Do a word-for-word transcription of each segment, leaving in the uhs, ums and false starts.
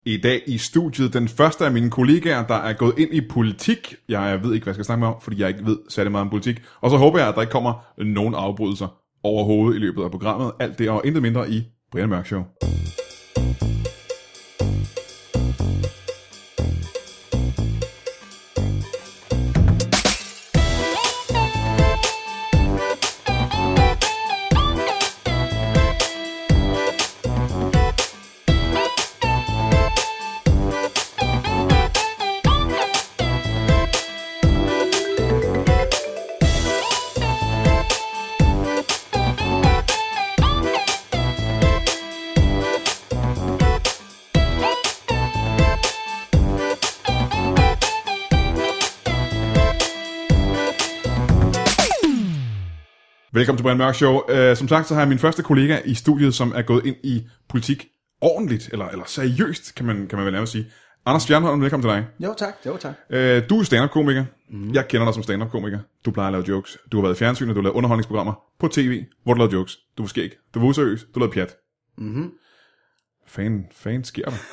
I dag i studiet den første af mine kollegaer, der er gået ind i politik. Jeg ved ikke, hvad jeg skal snakke med om, fordi jeg ikke ved særlig meget om politik. Og så håber jeg, at der ikke kommer nogen afbrydelser overhovedet i løbet af programmet. Alt det og intet mindre i Brian Mørk Show. Velkommen til Brian Mørk Show. Uh, som sagt, så har jeg min første kollega i studiet, som er gået ind i politik ordentligt, eller, eller seriøst, kan man, kan man vel nærmest sige. Anders Stjernholm, velkommen til dig. Jo tak, jo tak. Uh, du er stand-up-komiker. Mm. Jeg kender dig som stand-up-komiker. Du plejer at lave jokes. Du har været i fjernsynet, du har lavet underholdningsprogrammer på tv, hvor du lavede jokes. Du var skæg. Du var useriøs. Du lavede pjat. Mhm. Fan, fan sker der.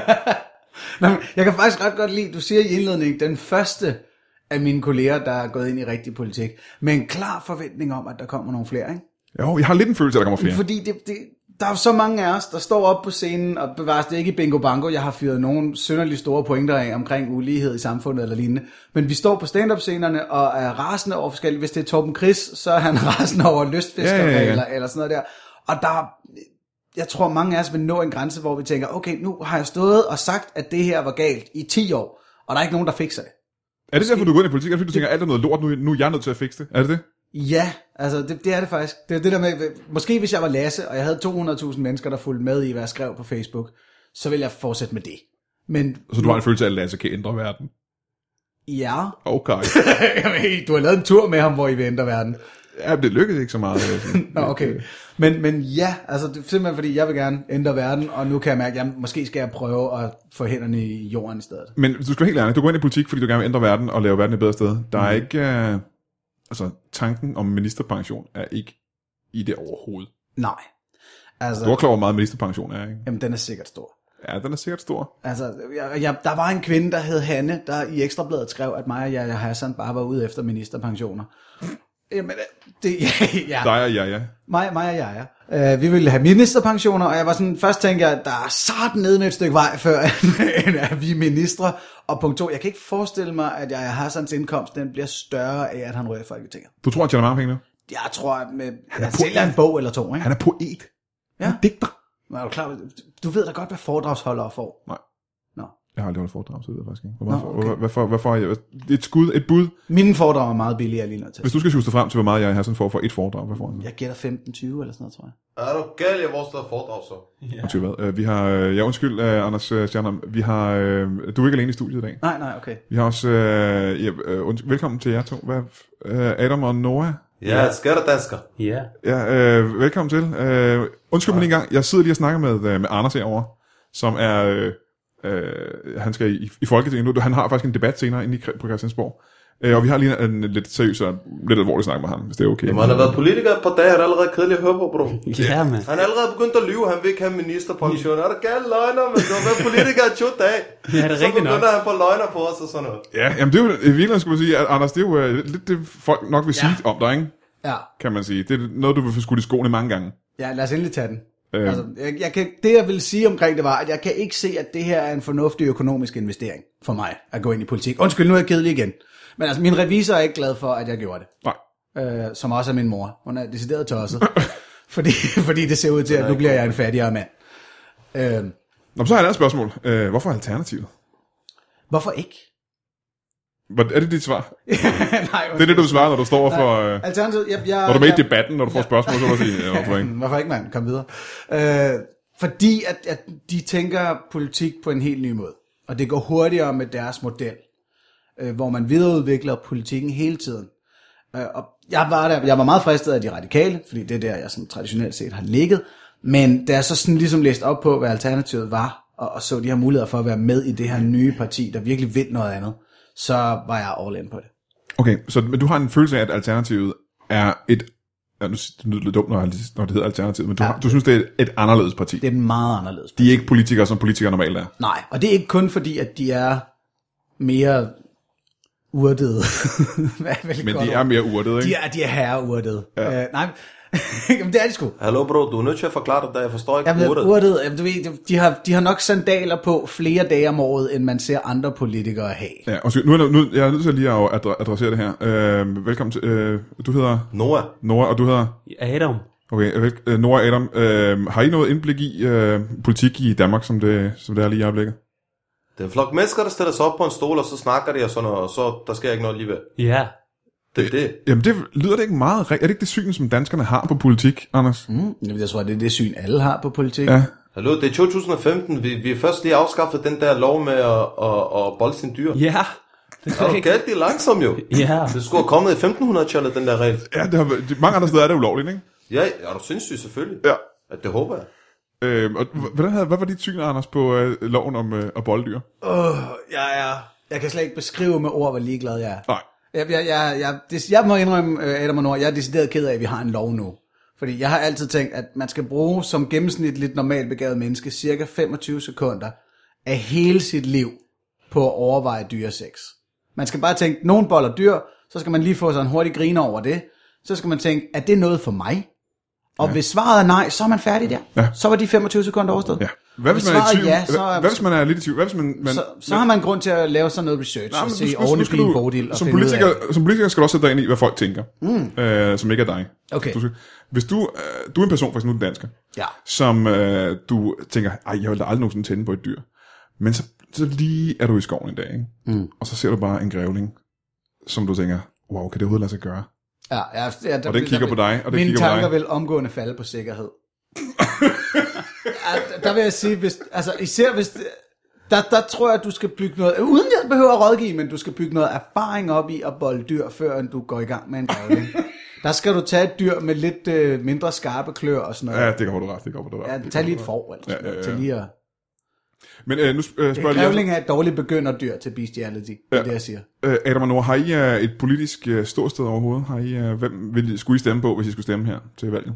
Nå, jeg kan faktisk ret godt lide, du siger i indledningen, den første af mine kolleger, der er gået ind i rigtig politik, med en klar forventning om, at der kommer nogle flere, ikke? Jo, jeg har lidt en følelse, at der kommer flere. Fordi det, det, der er jo så mange af os, der står op på scenen, og bevares det ikke i bingo bango, jeg har fyret nogle synderligt store pointer af omkring ulighed i samfundet eller lignende, men vi står på stand-up-scenerne og er rasende over forskellige. Hvis det er Torben Chris, så er han rasende over lystfisker, ja, ja, ja. Eller, eller sådan noget der. Og der, jeg tror mange af os vil nå en grænse, hvor vi tænker, okay, nu har jeg stået og sagt, at det her var galt i ti år, og der er ikke nogen, der fikser det. Er det derfor, du går ind i politik? Er det fordi, du tænker, alt er noget lort, nu, nu er jeg nødt til at fikse det? Er det det? Ja, altså det, det er det faktisk. Det er det der med, måske hvis jeg var Lasse, og jeg havde to hundrede tusind mennesker, der fulgte med i, hvad jeg skrev på Facebook, så ville jeg fortsætte med det. Men så du har en følelse af, at Lasse kan ændre verden? Ja. Okay. Du har lavet en tur med ham, hvor I vil ændre verden. Ja, det lykkedes ikke så meget. Nå, okay. Men, men ja, altså det er simpelthen fordi, jeg vil gerne ændre verden, og nu kan jeg mærke, at jeg, måske skal jeg prøve at få hænderne i jorden i stedet. Men du skal helt ærlig, du går ind i politik, fordi du gerne vil ændre verden og lave verden et bedre sted. Der er mm. ikke, uh, altså tanken om ministerpension er ikke i det overhovedet. Nej. Altså, du er klar over, hvor meget ministerpension er, ikke? Jamen, den er sikkert stor. Ja, den er sikkert stor. Altså, jeg, jeg, der var en kvinde, der hed Hanne, der i Ekstrabladet skrev, at mig og Yahya Hassan bare var ude efter ministerpensioner. Jamen, det, ja, ja. Dig og Yahya. Mig, mig og Yahya. Uh, vi ville have ministerpensioner, og jeg var sådan, først tænkte jeg, der er sådan nede med et stykke vej, før at vi er ministre. Og punkt to, jeg kan ikke forestille mig, at Yahya Hassans indkomst, den bliver større af, at han rører i Folketinget. Du tror, han tjener mange penge nu? Jeg tror, at med, han er sælger en bog eller to, ikke? Han er poet. Ja. Han er digter. Men er du klar? Du ved da godt, hvad foredragsholdere får. Nej. Nå. Jeg har aldrig holdt foredrag, så ved jeg faktisk ikke. Hvor meget, Nå, okay. Hvorfor, hvorfor er jeg, et skud, et bud? Mine foredrag er meget billige, jeg lige nødt til. Hvis du skal sjuste frem til, hvor meget jeg har sådan for for et foredrag, hvad får han? Jeg gætter femten tyve eller sådan noget, tror jeg. Er du gal, jeg vores der foredrag så? Ja. Undskyld hvad? Vi har, ja undskyld, uh, Anders Stjernholm, vi har, uh, du er ikke alene i studiet i dag. Nej, nej, okay. Vi har også, uh, ja, uh, undskyld, velkommen til jer to. Hvad, uh, Adam og Noah. Ja, skattedansker. Ja. Ja, uh, velkommen til. Uh, undskyld mig lige en gang, jeg sidder lige og snakker med, uh, med Anders herovre, som er... Uh, Uh, han skal i, i Folketinget nu. Han har faktisk en debat senere inde i, på Christiansborg. Uh, og vi har lige en, en lidt seriøs og lidt alvorlig snak med ham, hvis det er okay. Jamen, han har været politiker et par dage. Han er allerede kedelig at høre på, bro. Ja, man. Han er allerede begyndt at lyve. Han vil ikke have ministerpension. Er der galt løgner, men du har været politiker i to dage. Ja, det er rigtigt nok. Så begynder han på løgner på os og sådan noget. Ja, jamen det er jo i virkeligheden, skulle man sige, at Anders, det er jo uh, lidt det, folk nok vil sige ja. om dig, ikke? Ja. Kan man sige. Det er noget, du vil få skudt i skoene mange gange. Ja, lad os endelig tage den. Altså, jeg, jeg kan, det jeg vil sige omkring det var, at jeg kan ikke se, at det her er en fornuftig økonomisk investering for mig, at gå ind i politik. Undskyld, nu er jeg kedelig igen. Men altså, min revisor er ikke glad for, at jeg gjorde det. Nej. Øh, som også er min mor. Hun er decideret tosset. fordi, fordi det ser ud til, at nu bliver jeg en fattigere mand. Øh, Nå, så har jeg et spørgsmål. Øh, hvorfor alternativet? Hvorfor ikke? Er det dit svar? Nej, det er det, du svarer, når du står nej, for... Øh, alternativet, jeg, jeg, når du er med jeg, i debatten, når du får spørgsmål, så vil du sige, ja, hvorfor ikke? Hvorfor ikke, mand? Kom videre. Øh, fordi at, at de tænker politik på en helt ny måde. Og det går hurtigere med deres model, øh, hvor man videreudvikler politikken hele tiden. Øh, og jeg var, der, jeg var meget fristet af de radikale, fordi det er der, jeg sådan traditionelt set har ligget. Men da jeg så sådan ligesom læste op på, hvad alternativet var, og, og så de her muligheder for at være med i det her nye parti, der virkelig vil noget andet, så var jeg all in på det. Okay, så men du har en følelse af, at alternativet er et Ja, nu det lyder lidt dumt, når, når det hedder Alternativet, men du, Ja. du synes, det er et, et anderledes parti. Det er meget anderledes. De er ikke politikere, som politikere normalt er. Nej, og det er ikke kun fordi, at de er mere urtede. Men de er mere urtede, ikke? De er, de er herreurtede. Ja. Øh, nej, jamen det er de sgu. Hallo bro, du er nødt til at forklare dig, da jeg forstår ikke Jeg ved, ordet. urtet, jamen, du ved, de har, de har nok sandaler på flere dage om året, end man ser andre politikere have. Ja, og nu er jeg, nu, jeg er nødt til lige at adre- adressere det her. Øh, velkommen til, øh, du hedder Noah. Nora, og du hedder? Adam. Okay, vel, øh, Nora og Adam. Øh, har I noget indblik i øh, politik i Danmark, som det, som det er lige i øjeblikket? Det er en flok mennesker, der stiller sig op på en stol, og så snakker de og sådan noget, og så der sker ikke noget alligevel. Ja. Det er det. Jamen, det lyder det ikke meget rigtigt. Er det ikke det syn, som danskerne har på politik, Anders? Mm, jeg tror, det er det syn, alle har på politik. Ja. Hallo, det er to tusind og femten. Vi, vi er først lige afskaffet den der lov med at, at, at bolde sine dyr. Ja. Det Det er jo galt, det er langsomt jo. Ja. Det skulle have kommet i femten hundrede-tallet, den der regel. Ja, det har, de, mange andre steder er det ulovligt, ikke? Ja, er du sindssyg selvfølgelig. Ja. At det håber jeg. Øh, og hvordan havde, hvad var dit syn, Anders, på øh, loven om øh, at bolddyr? Åh, jeg er... Jeg kan slet ikke beskrive med ord, hvor ligeglad jeg er. Nej. Jeg, jeg, jeg, jeg, det, jeg må indrømme, øh, Adam og Nord, jeg er decideret ked af, at vi har en lov nu. Fordi jeg har altid tænkt, at man skal bruge som gennemsnitligt normalt begavet menneske cirka femogtyve sekunder af hele sit liv på at overveje dyresex. Man skal bare tænke, nogen boller dyr, så skal man lige få sig en hurtig griner over det. Så skal man tænke, er det noget for mig? Og ja. Hvis svaret er nej, så er man færdig der. Ja. Så var de femogtyve sekunder overstået. Ja. Hvad hvis, Hvis man er i svaret tvivl? ja, så er- hvad hvis man er lidt i tvivl? Hvad hvis man, man, Så, så har man grund til at lave sådan noget research, Nej, og men se nu skal- nu ordentligt skal blive en du- bodil, og som finde ud politiker, af. som politiker skal du også sætte dig ind i, hvad folk tænker, mm. øh, som ikke er dig. Okay. Du, skal- hvis du, øh, du er en person, for eksempel en dansker, Ja. som øh, du tænker, ej, jeg vil da aldrig nogensinde tænde på et dyr. Men så, så lige er du i skoven en dag, ikke? Mm. Og så ser du bare en grævling, som du tænker, wow, kan det overhovedet lade sig gøre? Ja, ja, ja, der, Og den kigger der, på dig, og den mine kigger på tanker dig. vil omgående falde på sikkerhed. ja, der vil jeg sige, hvis, altså især hvis, der, der tror jeg, at du skal bygge noget, uden jeg behøver at rådgive, men du skal bygge noget erfaring op i at bolde dyr, før du går i gang med en grævling. Der skal du tage et dyr med lidt øh, mindre skarpe klør og sådan noget. Ja, det går du ret, det går du ret. Ja, det tag går lige du et ret. for, altså, Ja, ja, ja. til lige at... Men øh, nu sp- øh, spørger jeg Grævling lige, er et dårligt begynderdyr til bestiality, det er Ja. det, jeg siger. øh, Adam og Nora, har I øh, et politisk øh, ståsted overhovedet? Har I, øh, hvem vil, skulle I stemme på, hvis I skulle stemme her til valget?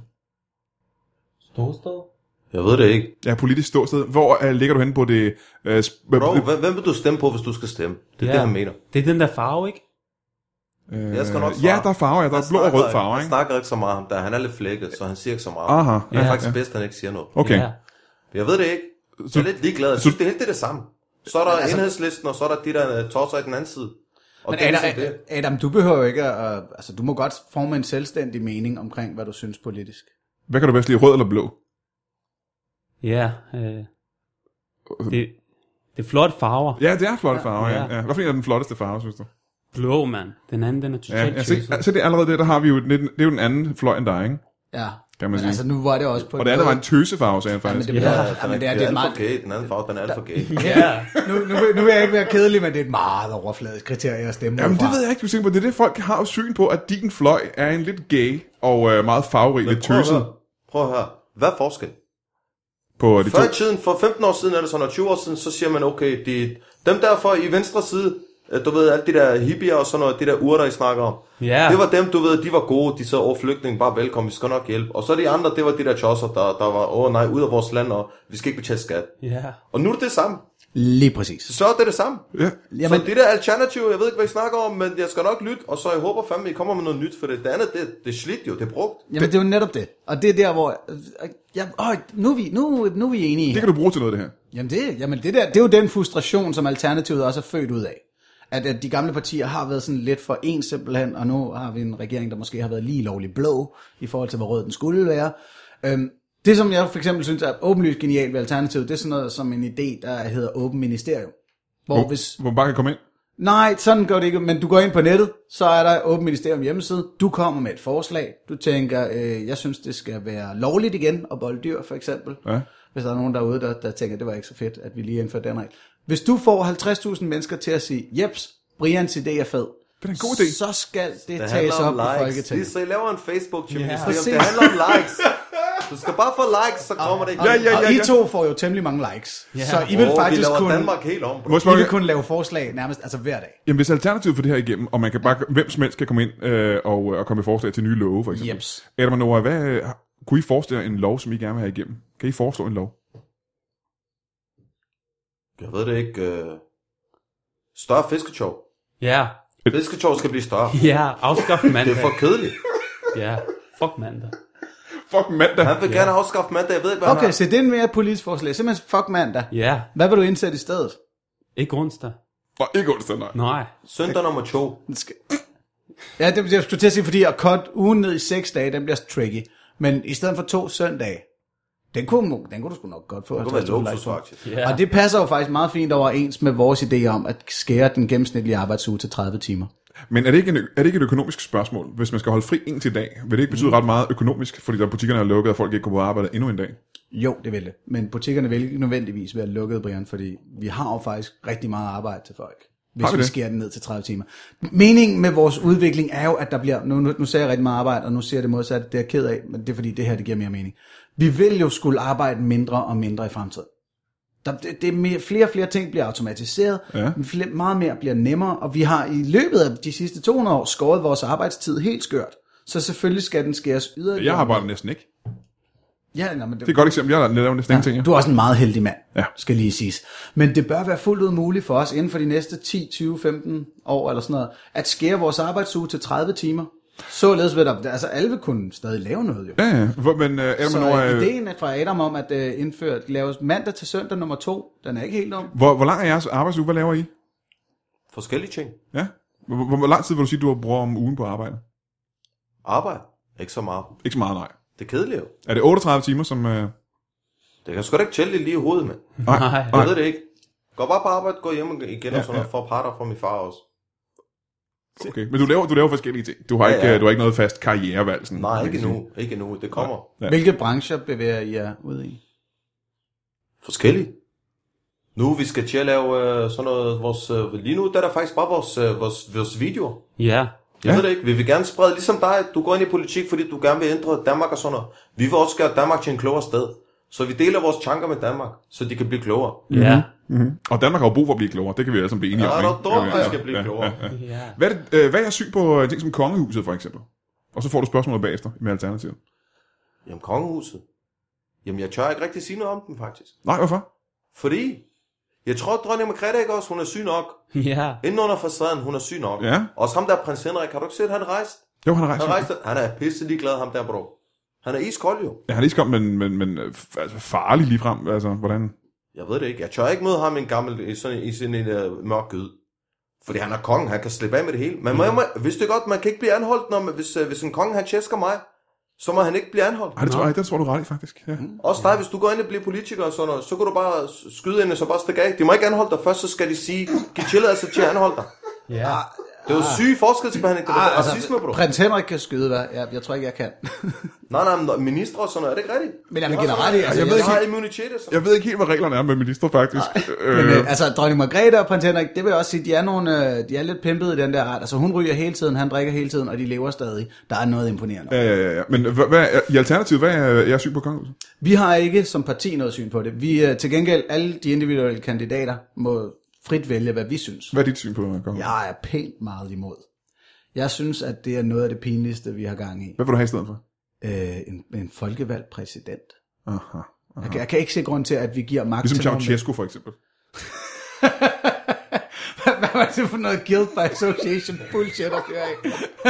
Storsted? Jeg ved det ikke. Ja, politisk ståsted. Hvor øh, ligger du henne på det? Øh, sp- Bro, hvem, hvem vil du stemme på, hvis du skal stemme? Det er Ja. det, han mener. Det er den der farve, ikke? øh, Jeg skal nok svare. ja, der er farver, ja, der er Han blå og rød snakker- farve, Han ikke? snakker ikke så meget om det. Han er lidt flækket, så han siger ikke så meget. Aha, Det er ja, faktisk ja. bedst, at han ikke siger noget. Okay. Ja. Jeg ved det ikke. Så- Jeg er lidt ligeglad. Jeg så- synes, det hele det er det samme. Så er der altså- enhedslisten, og så er der de der uh, tosser i den anden side. Og Men det er Adam, ligesom det. Adam, du behøver jo ikke at, altså du må godt forme en selvstændig mening omkring, hvad du synes politisk. Hvad kan du bedst lide, rød eller blå? Ja. Øh, det, det er flotte farver. Ja, det er flotte farver, ja. ja. ja. Hvad for en er den flotteste farve, synes du? Blå, mand. Den anden, den er Ja, totalt ja se, tjusset. altså det er allerede det, der har vi jo, det, det er jo den anden fløj end dig, ikke? Ja, Kan man men sige. altså nu var det også på... Og det andet var en tøsefarve, sagde han Ja, men faktisk. det, Ja, ja, Ja, ja, den men det er, er, det er alt meget... for gay. Den anden farve, den er alt for gay. Ja. Nu, nu, vil, nu vil jeg ikke være kedelig, men det er et meget overfladisk kriterie at stemme Jamen ud fra. det ved jeg ikke, du tænker på. Det er det, folk har jo syn på, at din fløj er en lidt gay og øh, meget farverig, lidt Prøv at tøset høre. Prøv at høre. Hvad er forskel? på de to. Før i tiden, for femten år siden, eller sådan noget, tyve år siden, så siger man, okay, de, dem derfor i venstre side, øh, du ved, alt de der hippier og sådan noget, de der urter, I snakker om. Ja. Det var dem, du ved, de var gode, de sagde, åh, flygtninge, bare velkommen, vi skal nok hjælpe. Og så de andre, det var de der tosser, der, der var, åh nej, ud af vores land, og vi skal ikke betale skat. Ja. Og nu er det det samme. Lige præcis. Så er det det samme. Ja. Jamen- Så det der alternativ, jeg ved ikke, hvad I snakker om, men jeg skal nok lytte, og så jeg håber fandme, I kommer med noget nyt, for det, det andet, det, det er slidt jo, det er brugt. Jamen det er jo netop det. Og det er der, hvor... Ja, åh, nu, er vi, nu, nu er vi enige Det her. kan du bruge til noget, det her. Jamen, det, jamen det, der, det er jo den frustration, som Alternativet også er født ud af. At, at de gamle partier har været sådan lidt for en simpelthen, og nu har vi en regering, der måske har været lige lovlig blå, i forhold til, hvor rød den skulle være. Øhm, det, som jeg for eksempel synes er åbenlyst genialt ved Alternativet, det er sådan noget som en idé, der hedder Åben Ministerium. Hvor Hvor, hvis... hvor man bare kan komme ind. Nej, sådan gør det ikke, men du går ind på nettet, så er der Åben Ministerium hjemmeside, du kommer med et forslag, du tænker, øh, jeg synes, det skal være lovligt igen at bolde dyr, for eksempel. Ja. Hvis der er nogen derude, der, der tænker, det var ikke så fedt, at vi lige indførte den regel. Hvis du får halvtreds tusind mennesker til at sige, jeps, Brians idé er fed, Det er en god idé. så skal det, Det tages handler op om i likes. Folketinget. Lige så I laver en Facebook til Ja. ministerium, Præcis. det handler om likes. Du skal bare få likes, så kommer det ikke. Ja, ja, ja, Og I ja. to får jo temmelig mange likes. Ja. Så I vil Åh, faktisk vi laver kunne, Danmark helt om. Må jeg I spørge, vil kunne lave forslag nærmest altså hver dag. jamen, hvis alternativet for det her igennem, og man kan bare, hvem som helst kan komme ind øh, og, og komme med forslag til nye love, for eksempel. Jeps. Adam og Nora, hvad, øh, kunne I forestille jer en lov, som I gerne vil have igennem? Kan I foreslå en lov? Jeg ved det ikke. Øh... Større fisketjov. Ja, Fisketjov skal blive større. ja, afskaffe Det mandag. er for kedeligt. Ja, fuck mandag. Fuck mandag. Han vil gerne afskaffe mandag. Jeg ved ikke, hvad Okay, han så det er en mere politisk forslag. Simpelthen fuck mandag. Ja, Hvad vil du indsætte i stedet? ikke onsdag. Og ikke onsdag, nej. Nej. har. Søndag nummer to. Den skal- Ja, det jeg skulle til at sige, fordi at cut ugen ned i seks dage, den bliver tricky. Men i stedet for to søndage, den kunne, den kunne du sgu nok godt få. Det kunne være halvtreds luksus, likes på. faktisk. Ja. Og det passer jo faktisk meget fint overens med vores idé om at skære den gennemsnitlige arbejdsuge til tredive timer. Men er det, ikke en, er det ikke et økonomisk spørgsmål? Hvis man skal holde fri en til dag, vil det ikke betyde ret meget økonomisk, fordi der butikkerne er lukket, og folk ikke går på arbejde endnu en dag? Jo, det vil det. Men butikkerne vil ikke nødvendigvis være lukket, Brian, fordi vi har jo faktisk rigtig meget arbejde til folk, hvis Har vi vi det? skærer den ned til tredive timer. Meningen med vores udvikling er jo, at der bliver, nu, nu, nu sagde jeg rigtig meget arbejde, og nu siger jeg det modsatte, det er jeg ked af, men det er fordi, det her det giver mere mening. Vi vil jo skulle arbejde mindre og mindre i fremtiden. Der, det, det er mere, flere og flere ting bliver automatiseret, Ja. flere, meget mere bliver nemmere, og vi har i løbet af de sidste to hundrede år skåret vores arbejdstid helt skørt. Så selvfølgelig skal den skæres yderligere. Jeg arbejder næsten ikke. Ja, nej, men Det er et godt eksempel. Jeg laver næsten ingenting. Ja. du er også en meget heldig mand, Ja. skal lige siges. Men det bør være fuldt ud muligt for os inden for de næste ti, tyve, femten år eller sådan noget, at skære vores arbejdsuge til tredive timer. Således vil der, altså alle vil kunne stadig lave noget jo. Ja, ja. Hvor- Men uh, Adam Så og Nora, øh, ideen er fra Adam om at uh, indføre, lave mandag til søndag nummer to, den er ikke helt om. hvor, hvor lang er jeres arbejdsuge? Hvad laver I? Forskellige ting. Ja? Hvor, hvor, hvor lang tid vil du sige, du har brugt om ugen på arbejde? Arbejde. Ikke så meget. Ikke så meget, nej. Det er kedeligt jo. Er det otteogtredive timer, som... Uh... Det kan sgu da ikke tælle det lige i hovedet, mand. Nej, Nej. Jeg ved det ikke. Gå bare på arbejde, gå hjem igen Ja, og sådan noget. For parter fra min far også. Okay. Men du laver, du laver forskellige ting. Du har, Ja, ikke, ja. øh, du har ikke noget fast karrierevalg. Sådan, Nej, man ikke kan sige. nu. Ikke nu. Det kommer. Ja. Hvilke brancher bevæger I jer ud i? Forskellige. Nu vi skal til at lave øh, sådan noget, vores, øh, lige nu der er der faktisk bare vores, øh, vores, vores videoer. Ja. Jeg Ja. ja. ved det ikke, vi vil gerne sprede, ligesom dig, du går ind i politik, fordi du gerne vil ændre Danmark og sådan noget. Vi vil også gøre Danmark til en klogere sted. Så vi deler vores tanker med Danmark, så de kan blive klogere. Ja. Mm-hmm. Og Danmark har jo brug for at blive klogere. Det kan vi alle sammen blive enige Ja, om. der er ikke? dumt, vi skal blive klogere. Ja, ja. Ja. Hvad, er det, øh, hvad er jeres syn på øh, ting som kongehuset, for eksempel? Og så får du spørgsmålet bagefter med alternativet. Jamen, kongehuset. Jamen, jeg tør ikke rigtig sige noget om den, faktisk. Nej, hvorfor? Fordi, jeg tror, at dronning Margrethe ikke også, hun er syg nok. Ja. Inden under facaden, hun er syg nok. Ja. Også ham der, prins Henrik, har du ikke set, han rejst? Jo, han har rejst. Han rejste, han er pisse ligeglad, ham der, bro. Han er iskold jo. Ja, han er lige kommet, men, men, men øh, f- altså, farlig lige frem. Altså, hvordan? Jeg ved det ikke. Jeg tør ikke møde ham i en gammel, i sådan, i sådan en uh, mørk gyde. Fordi han er kongen, han kan slippe af med det hele. Men mm. man, hvis det er godt, man kan ikke blive anholdt, når man, hvis, uh, hvis en konge, han tjesker mig, så må han ikke blive anholdt. Ej, det tror jeg, det tror du ret i, faktisk. Ja. Også dig, hvis du går ind og bliver politiker og sådan noget, så kan du bare skyde ind og så bare stikke af. De må ikke anholde dig først, så skal de sige, giv tilladelse til at anholde dig. Ja. Det er jo syg forskelsbehandling, det er Ah, racisme, bro. Prins Henrik kan skyde, hvad? Jeg, jeg tror ikke, jeg kan. Nej, nej, men ministre og sådan noget, er det ikke rigtigt? Men jeg vil give dig ret i, altså, jeg Jeg ved ved ikke har immunitet og sådan. Jeg ved ikke helt, hvad reglerne er med minister, faktisk. Men øh, altså, dronning Margrethe og prins Henrik, det vil jeg også sige, de er, nogle, øh, de er lidt pimpede i den der ret. Altså, hun ryger hele tiden, han drikker hele tiden, og de lever stadig. Der er noget imponerende. Ja, ja, ja, ja. Men hvad, hvad er, i alternativet, hvad er jeres syn på kongehuset? Vi har ikke som parti noget syn på det. Vi øh, til gengæld, alle de individuelle kandidater må frit vælge, hvad vi synes. Hvad er dit syn på kongehuset? Jeg er pænt meget imod. Jeg synes, at det er noget af det pinligste, vi har gang i. Hvad vil du have i stedet for? Øh, en, en folkevalgt præsident. Aha. Jeg, kan- jeg kan ikke se grund til, at vi giver magt Ligesom til nogen. Ceausescu, for eksempel. Hvad var det for noget guilt by association bullshit at køre af?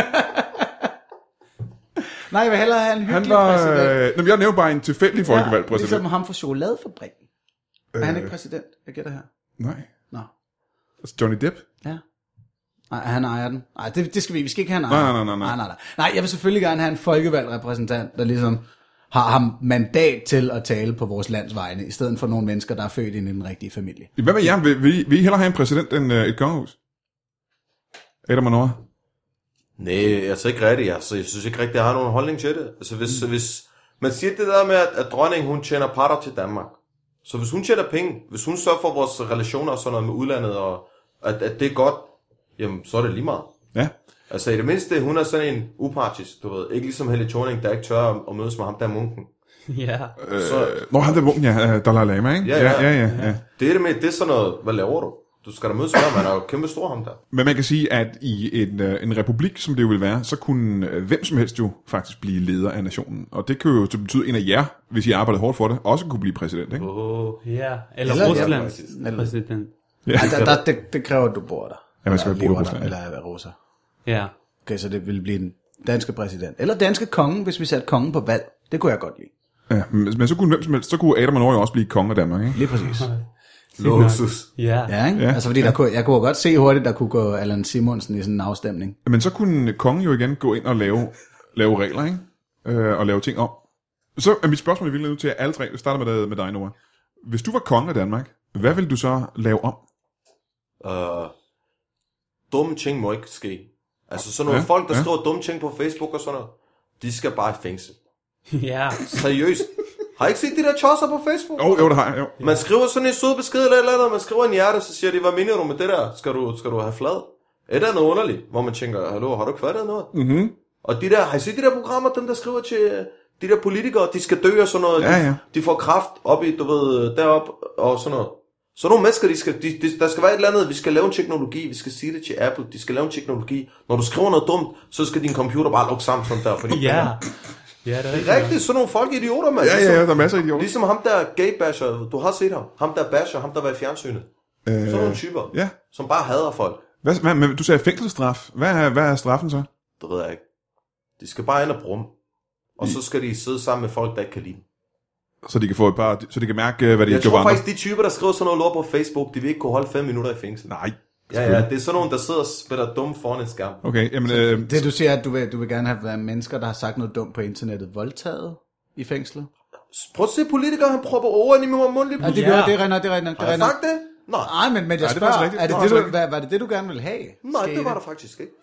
Nej, jeg vil hellere have en Han hyggelig var... præsident. Øh, jeg nævner bare en tilfældig folkevalgt Ja, præsident. ligesom ham fra chokoladefabrikken. Er han Øh. ikke præsident? Jeg gætter her. Nej. Nå, Altså Johnny Depp? ja. Nej, han ejer den. Nej, det, det skal vi. Vi skal ikke have en ejer. Nej, nej, nej, nej. nej, nej, nej. Nej, jeg vil selvfølgelig gerne have en folkevalgt repræsentant, der ligesom har ham mandat til at tale på vores lands vegne, i stedet for nogle mennesker, der er født ind i den rigtige familie. Hvad med jer? Vil, vil, I- vil I hellere have en præsident end øh, et kongehus? Adam og Nora? Nej, altså ikke rigtigt. Altså, jeg synes ikke rigtigt, jeg har nogen holdning til det. Altså, hvis, mm. hvis man siger det der med, at, at dronningen, hun tjener parter til Danmark. Så hvis hun tjener penge, hvis hun sørger for vores relationer og sådan noget med udlandet, og at, at det er godt, jamen, så er det lige meget. Ja. Altså, i det mindste, hun er sådan en upartisk, du ved. Ikke ligesom Helle Thorning, der ikke tør at, at mødes med ham, der er munken. Ja. Øh, Så- Nå, han der våben, ja, øh, Dalai Lama, ikke? Ja, ja. ja, ja, ja. Det er det med, det er sådan noget, hvad laver du? Du skal da mødes med ham, han er jo kæmpe stor ham der. Men man kan sige, at i en, øh, en republik, som det jo vil være, så kunne øh, hvem som helst jo faktisk blive leder af nationen. Og det kan jo så betyde, at en af jer, hvis I arbejder hårdt for det, også kunne blive præsident, ikke? Oh. Ja, eller, Eller- Ruslands eller- præsident. Ja, Ej, der, der, det, det kræver, at du bor der. Ja, man skal Eller bo i lever Rusland, der, ja. eller er russer. Ja. Okay, så det vil blive den danske præsident. Eller danske konge, hvis vi satte kongen på valg. Det kunne jeg godt lide. ja, men, men så kunne hvem som helst, så kunne Adam og Norge jo også blive konge af Danmark, ikke? Lige præcis. Luksus. Ja. Ja, ikke? Ja. Altså fordi der kunne, jeg kunne godt se hurtigt, der kunne gå Allan Simonsen i sådan en afstemning. Men så kunne kongen jo igen gå ind og lave, lave regler, ikke? Øh, og lave ting om. Så er mit spørgsmål i virkeligheden nu til jer alle tre. Vi starter med dig, med dig, Noah. Hvis du var konge af Danmark, hvad ville du så lave om? Uh, dumme ting må ikke ske. Altså sådan nogle Ja, ja, folk, der ja. ja. skriver dumme ting på Facebook og sådan noget, de skal bare i fængsel. Ja. Seriøst. Har I ikke set de der tosser på Facebook? Åh, oh, jo, det har jeg, jo. Man skriver sådan en sød besked eller et eller andet, man skriver en hjerte, så siger de, hvad mener du med det der? Skal du, skal du have flad? Et eller andet underligt, hvor man tænker, hallo, har du ikke fattet noget? Mm-hmm. Og de der, har I set de der programmer, dem der skriver til de der politikere, de skal dø og sådan noget, Ja, de, ja. de får kraft op i, du ved, derop og sådan noget. Så nogle mennesker, de skal, de, de, der skal være et eller andet, vi skal lave en teknologi, vi skal sige det til Apple, de skal lave en teknologi. Når du skriver noget dumt, så skal din computer bare lukke sammen sådan der. Fordi Ja. Ja, det er det er rigtigt, sådan nogle folk idioter, mand. Ja, ja, ja, der er masser af idioter. Ligesom ham der gay basher, du har set ham. Ham der basher, ham der var i fjernsynet. Øh, Sådan nogle typer, ja. som bare hader folk. Hvad, hvad, men du sagde fængselsstraf. Hvad er, hvad er straffen så? Det ved jeg ikke. De skal bare ind og brumme. Og så skal de sidde sammen med folk, der ikke kan lide dem. Så de kan få et par, så de kan mærke, hvad de Jeg gør tror andre. faktisk, de typer, der skriver sådan noget lort på Facebook, de vil ikke kunne holde fem minutter i fængsel. Nej. Ja, ja, det er sådan nogen, der sidder og spiller dumme foran en skærm. Okay, jamen... Øh, Det du siger, at du vil, du vil gerne have været mennesker, der har sagt noget dumt på internettet, voldtaget i fængslet? Prøv at se politikere, han propper ordene i min mund lige Ja, det pludselig. gør det, Reiner, det Reiner, det Har jeg Reiner. sagt det? Nej. Nej, men, men jeg det er faktisk spørger, rigtigt. er det Nå, det, det er du, rigtigt. var, var det det, du gerne ville have? Nej, det Skete? var der faktisk ikke.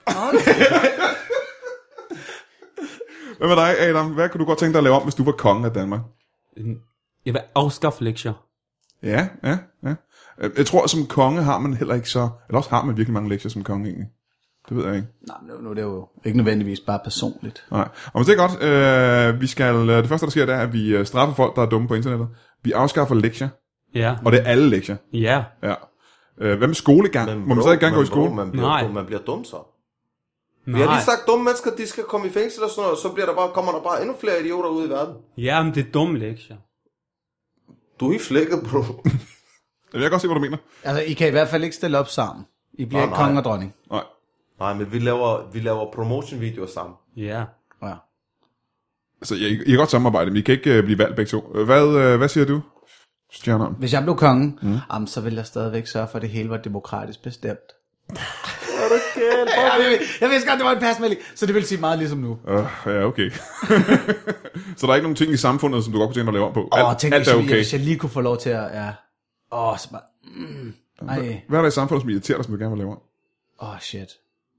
hvad med dig, Adam? Hvad kunne du godt tænke dig at lave om, hvis du var konge af Danmark? Jeg vil afskaffe lektier. Ja, ja, ja. Øh, Jeg tror, at som konge har man heller ikke så... Eller også har man virkelig mange lektier som konge, egentlig. Det ved jeg ikke. Nej, nu, nu er det jo ikke nødvendigvis bare personligt. Nej. Og men det er godt. Øh, vi skal, det første, der sker, det er, at vi øh, straffer folk, der er dumme på internettet. Vi afskaffer lektier. Ja. Og det er alle lektier. Ja. Ja. Øh, hvad med skolegang? Må man stadig gerne gå i skole? Man bliver, Nej. dum, man bliver dum så. Vi Nej. har lige sagt, dumme mennesker, de skal komme i fængsel og sådan noget, så bliver der bare, kommer der bare endnu flere idioter ud i verden. Ja, men det er dumme lektier. Du er i flækket, bro. Jeg kan godt se, hvad du mener. Altså, I kan i hvert fald ikke stille op sammen. I bliver Nå, ikke nej. konge og dronning. Nej. Nej, men vi laver, vi laver promotion-videoer sammen. Ja. Ja. Altså, I, I kan godt samarbejde, men I kan ikke uh, blive valgt begge to. Hvad, uh, hvad siger du, Stjernholm? Hvis jeg blev konge, mm. jamen, så ville jeg stadigvæk sørge for, at det hele var demokratisk bestemt. Er du galt? Jeg, ved, jeg vidste godt, det var en pasmelding, så det vil sige meget ligesom nu. Uh, ja, okay. Så der er ikke nogen ting i samfundet, som du godt kunne tænke dig at lave om på? Åh, alt, tænk, alt hvis, er jeg, okay. hvis jeg lige kunne få lov til at... Ja. Åh, så bare... Mm, ej. Hvad er der i samfundet, som irriterer dig, som du gerne vil lave om? Åh, oh, shit.